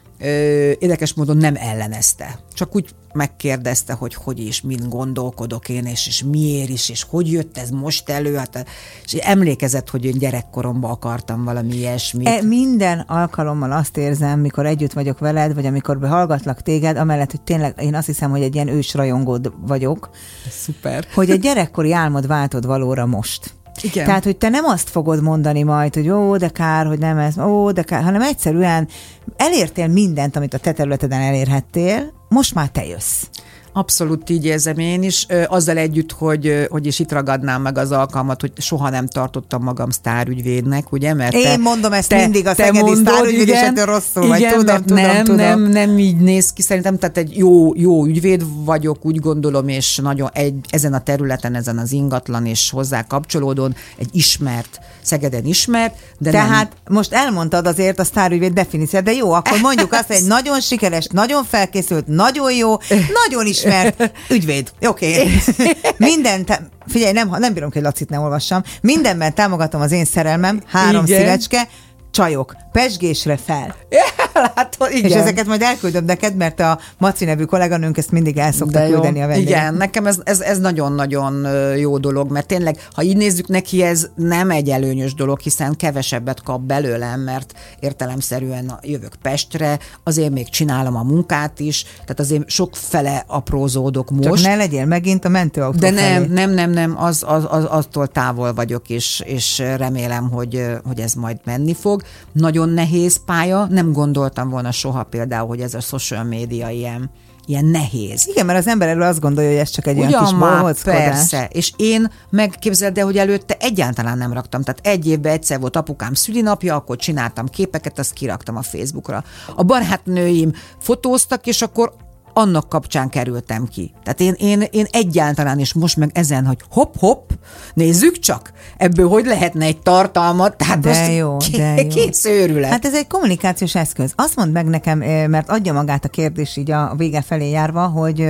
Ö, érdekes módon nem ellenezte. Csak úgy megkérdezte, hogy hogy is, mind gondolkodok én, és, és miért is, és hogy jött ez most elő. Hát, és emlékezett, hogy én gyerekkoromban akartam valami ilyesmit. E, minden alkalommal azt érzem, mikor együtt vagyok veled, vagy amikor behallgatlak téged, amellett, hogy tényleg én azt hiszem, hogy egy ilyen ősrajongód vagyok. Szuper. Hogy egy gyerekkori álmod váltod valóra most. Igen. Tehát, hogy te nem azt fogod mondani majd, hogy ó, de kár, hogy nem ez, ó, de kár, hanem egyszerűen elértél mindent, amit a te területeden elérhettél, most már te jössz. Abszolút így érzem én is, azzal együtt, hogy, hogy is itt ragadnám meg az alkalmat, hogy soha nem tartottam magam sztárügyvédnek, ugye? Mert én te, mondom ezt te, mindig a szegedi sztárügyvéd, és ettől rosszul vagy, igen, tudom, tudom, nem, tudom. Nem, nem így néz ki, szerintem, tehát egy jó, jó ügyvéd vagyok, úgy gondolom, és nagyon egy, ezen a területen, ezen az ingatlan és hozzá kapcsolódón egy ismert, Szegeden ismert, de tehát nem... most elmondtad azért a sztárügyvéd definíciót, de jó, akkor mondjuk azt, hogy egy nagyon sikeres, nagyon felkészült, nagyon jó, nagyon ismert ügyvéd. Oké. Okay. Minden, figyelj, nem, nem bírom, hogy Lacit ne olvassam. Mindenben támogatom az én szerelmem, három igen. szívecske, csajok, pezsgésre fel. Látod, igen. És ezeket majd elküldöm neked, mert a Maci nevű kolléganőnk ezt mindig el szokta küldeni a vendégnek. Igen, nekem ez, ez, ez nagyon-nagyon jó dolog, mert tényleg, ha így nézzük neki, ez nem egy előnyös dolog, hiszen kevesebbet kap belőlem, mert értelemszerűen jövök Pestre, azért még csinálom a munkát is, tehát azért sok fele aprózódok most. Csak ne legyél megint a mentőautó De felé. nem, nem, nem, nem, az, az, az, aztól távol vagyok, és, és remélem, hogy, hogy ez majd menni fog. Nagyon nehéz pálya, nem gondoltam volna soha például, hogy ez a social média ilyen, ilyen nehéz. Igen, mert az ember elő azt gondolja, hogy ez csak egy ugyan olyan kis bohóckodás. Persze, és én megképzeld el, hogy előtte egyáltalán nem raktam. Tehát egy évben egyszer volt apukám szülinapja, akkor csináltam képeket, azt kiraktam a Facebookra. A barátnőim fotóztak, és akkor annak kapcsán kerültem ki. Tehát én, én, én egyáltalán, és most meg ezen, hogy hopp-hopp, nézzük csak, ebből hogy lehetne egy tartalmat, tehát de most jó, de jó. Kész őrület. Hát ez egy kommunikációs eszköz. Azt mondd meg nekem, mert adja magát a kérdés így a vége felé járva, hogy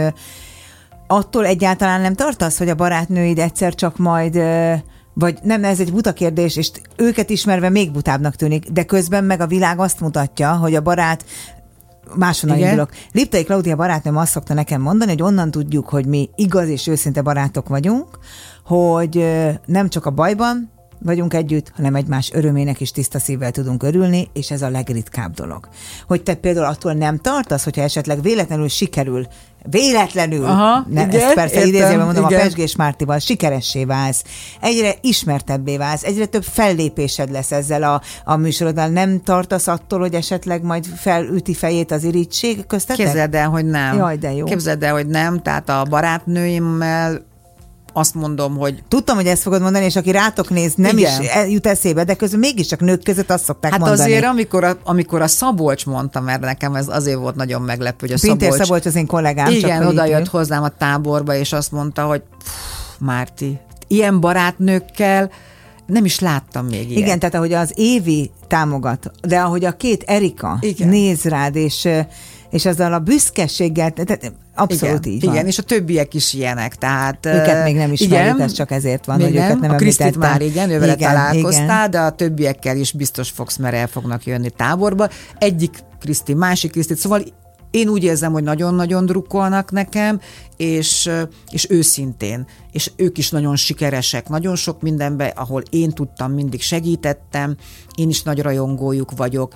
attól egyáltalán nem tartasz, hogy a barátnőid egyszer csak majd... vagy nem, ez egy buta kérdés, és őket ismerve még butábbnak tűnik, de közben meg a világ azt mutatja, hogy a barát máshonnan indulok. Liptai Klaudia barátnőm azt szokta nekem mondani, hogy onnan tudjuk, hogy mi igaz és őszinte barátok vagyunk, hogy nem csak a bajban, vagyunk együtt, hanem egymás örömének is tiszta szívvel tudunk örülni, és ez a legritkább dolog. Hogy te például attól nem tartasz, hogyha esetleg véletlenül sikerül, véletlenül, Aha, ne, igen, ezt persze idézőben mondom, igen. a Pezsgés Mártival sikeressé válsz, egyre ismertebbé válsz, egyre több fellépésed lesz ezzel a, a műsoroddal. Nem tartasz attól, hogy esetleg majd felüti fejét az irítség köztetek? Képzeld el, hogy nem. Jaj, de jó. Képzeld el, hogy nem, tehát a barátnőimmel azt mondom, hogy... Tudtam, hogy ezt fogod mondani, és aki rátok néz, nem Igen. is jut eszébe, de közben mégiscsak nők között azt szokták Hát mondani. azért, amikor a, amikor a Szabolcs mondta, mert nekem ez azért volt nagyon meglepő, hogy a Pintér Szabolcs... Szabolcs az én kollégám. Igen, csak oda hogy jött itt hozzám a táborba, és azt mondta, hogy Márti, ilyen barátnőkkel nem is láttam még ilyet. Igen, tehát ahogy az Évi támogat, de ahogy a két Erika Igen. néz rád, és, és azzal a büszkeséggel, tehát abszolút igen, így van. igen, és a többiek is ilyenek, tehát... Őket még nem ismerjük, igen, ez csak ezért van, még hogy őket nem a Krisztit említettem. már igen, ővele Igen, találkoztál, igen. de a többiekkel is biztos fogsz, mert el fognak jönni táborba. Egyik Kriszti, másik Krisztit, szóval én úgy érzem, hogy nagyon-nagyon drukkolnak nekem, és, és őszintén, és ők is nagyon sikeresek, nagyon sok mindenben, ahol én tudtam, mindig segítettem, én is nagy rajongójuk vagyok,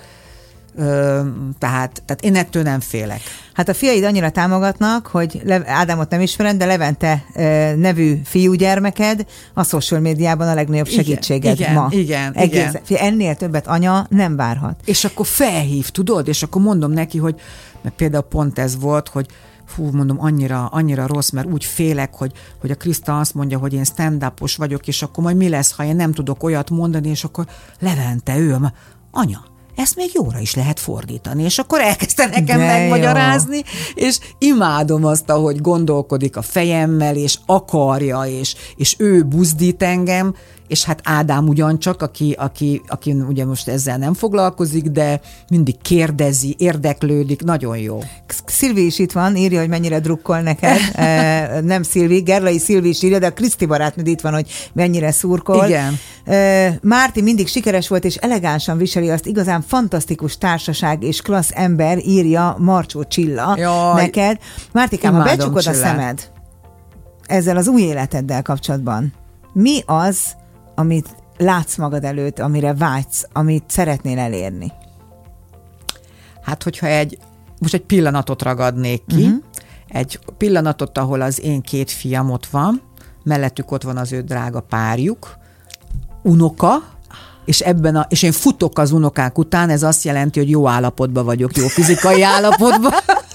Ö, tehát, tehát én ettől nem félek. Hát a fiaid annyira támogatnak, hogy Le- Ádámot nem ismered, de Levente e, nevű fiúgyermeked a social médiában a legnagyobb Igen, segítséged igen, ma. igen, Egész, igen. Fia, ennél többet anya nem várhat. És akkor felhív, tudod? És akkor mondom neki, hogy mert például pont ez volt, hogy fú, mondom, annyira, annyira rossz, mert úgy félek, hogy, hogy a Kriszta azt mondja, hogy én stand-upos vagyok, és akkor majd mi lesz, ha én nem tudok olyat mondani, és akkor Levente, ő, anya, ezt még jóra is lehet fordítani, és akkor elkezdte nekem De megmagyarázni, jó. És imádom azt, ahogy gondolkodik a fejemmel, és akarja, és, és ő buzdít engem, és hát Ádám ugyancsak, aki, aki, aki ugye most ezzel nem foglalkozik, de mindig kérdezi, érdeklődik, nagyon jó. Szilvi is itt van, írja, hogy mennyire drukkol neked. e, nem Szilvi, Gerlai Szilvi is írja, de a Kriszti barátnőd itt van, hogy mennyire szurkol. Igen. E, Márti mindig sikeres volt, és elegánsan viseli azt, igazán fantasztikus társaság és klassz ember, írja Marcsó Csilla Jaj, neked. Mártikám, ha becsukod Csillát. a szemed ezzel az új életeddel kapcsolatban, mi az, amit látsz magad előtt, amire vágysz, amit szeretnél elérni? Hát, hogyha egy, most egy pillanatot ragadnék ki, uh-huh. egy pillanatot, ahol az én két fiam ott van, mellettük ott van az ő drága párjuk, unoka, és ebben a, és én futok az unokák után, ez azt jelenti, hogy jó állapotban vagyok, jó fizikai állapotban,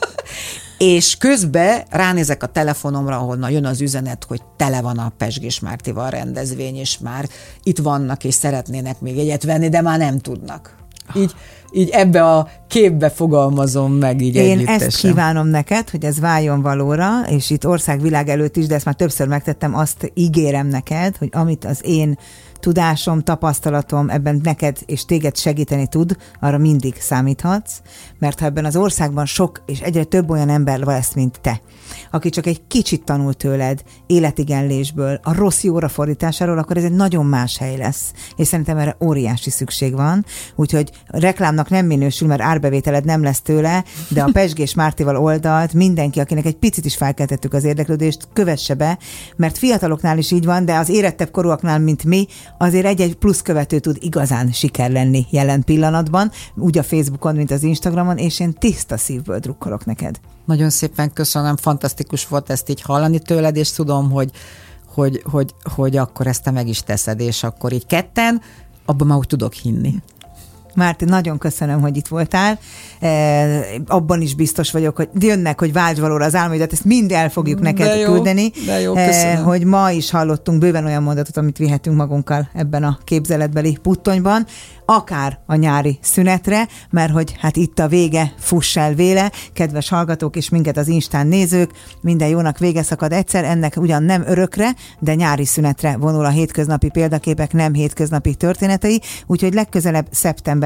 és közben ránézek a telefonomra, ahonnan jön az üzenet, hogy tele van a Pezsgés Mártival rendezvény, és már itt vannak, és szeretnének még egyet venni, de már nem tudnak. Így, így ebbe a képbe fogalmazom meg így Én együttesen. ezt kívánom neked, hogy ez váljon valóra, és itt országvilág előtt is, de ezt már többször megtettem, azt ígérem neked, hogy amit az én tudásom, tapasztalatom ebben neked és téged segíteni tud, arra mindig számíthatsz, mert ha ebben az országban sok és egyre több olyan ember lesz, mint te, aki csak egy kicsit tanul tőled életigenlésből, a rossz jóra fordításáról, akkor ez egy nagyon más hely lesz, és szerintem erre óriási szükség van, úgyhogy reklámnak nem minősül, mert árbevételed nem lesz tőle, de a Pezsgés Mártival oldalt mindenki, akinek egy picit is felkeltettük az érdeklődést, kövesse be, mert fiataloknál is így van, de az érettebb korúaknál, mint mi, azért egy-egy plusz követő tud igazán siker lenni jelen pillanatban, úgy a Facebookon, mint az Instagramon, és én tiszta szívből drukkolok neked. Nagyon szépen köszönöm, fantasztikus volt ezt így hallani tőled, és tudom, hogy, hogy, hogy, hogy akkor ezt te meg is teszed, és akkor így ketten, abban már úgy tudok hinni. Márti, nagyon köszönöm, hogy itt voltál. E, abban is biztos vagyok, hogy jönnek, hogy vágy valóra az álmaidat, ezt mind el fogjuk neked de jó, küldeni. De jó, e, hogy ma is hallottunk bőven olyan mondatot, amit vihetünk magunkkal ebben a képzeletbeli puttonyban, akár a nyári szünetre, mert hogy hát itt a vége, fuss el véle, kedves hallgatók és minket az Instán nézők, minden jónak vége szakad egyszer, ennek ugyan nem örökre, de nyári szünetre vonul a hétköznapi példaképek, nem hétköznapi történetei, úgyhogy legközelebb szeptember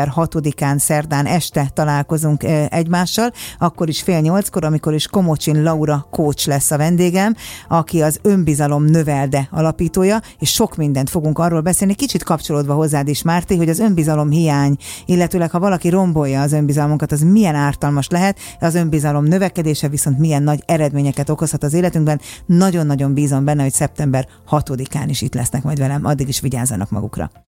szeptember hatodikán szerdán este találkozunk egymással, akkor is fél nyolckor, amikor is Komocsin Laura coach lesz a vendégem, aki az Önbizalom Növelde alapítója, és sok mindent fogunk arról beszélni, kicsit kapcsolódva hozzád is, Márti, hogy az önbizalom hiány, illetőleg ha valaki rombolja az önbizalmunkat, az milyen ártalmas lehet, az önbizalom növekedése viszont milyen nagy eredményeket okozhat az életünkben. Nagyon-nagyon bízom benne, hogy szeptember hatodikán is itt lesznek majd velem, addig is vigyázzanak magukra.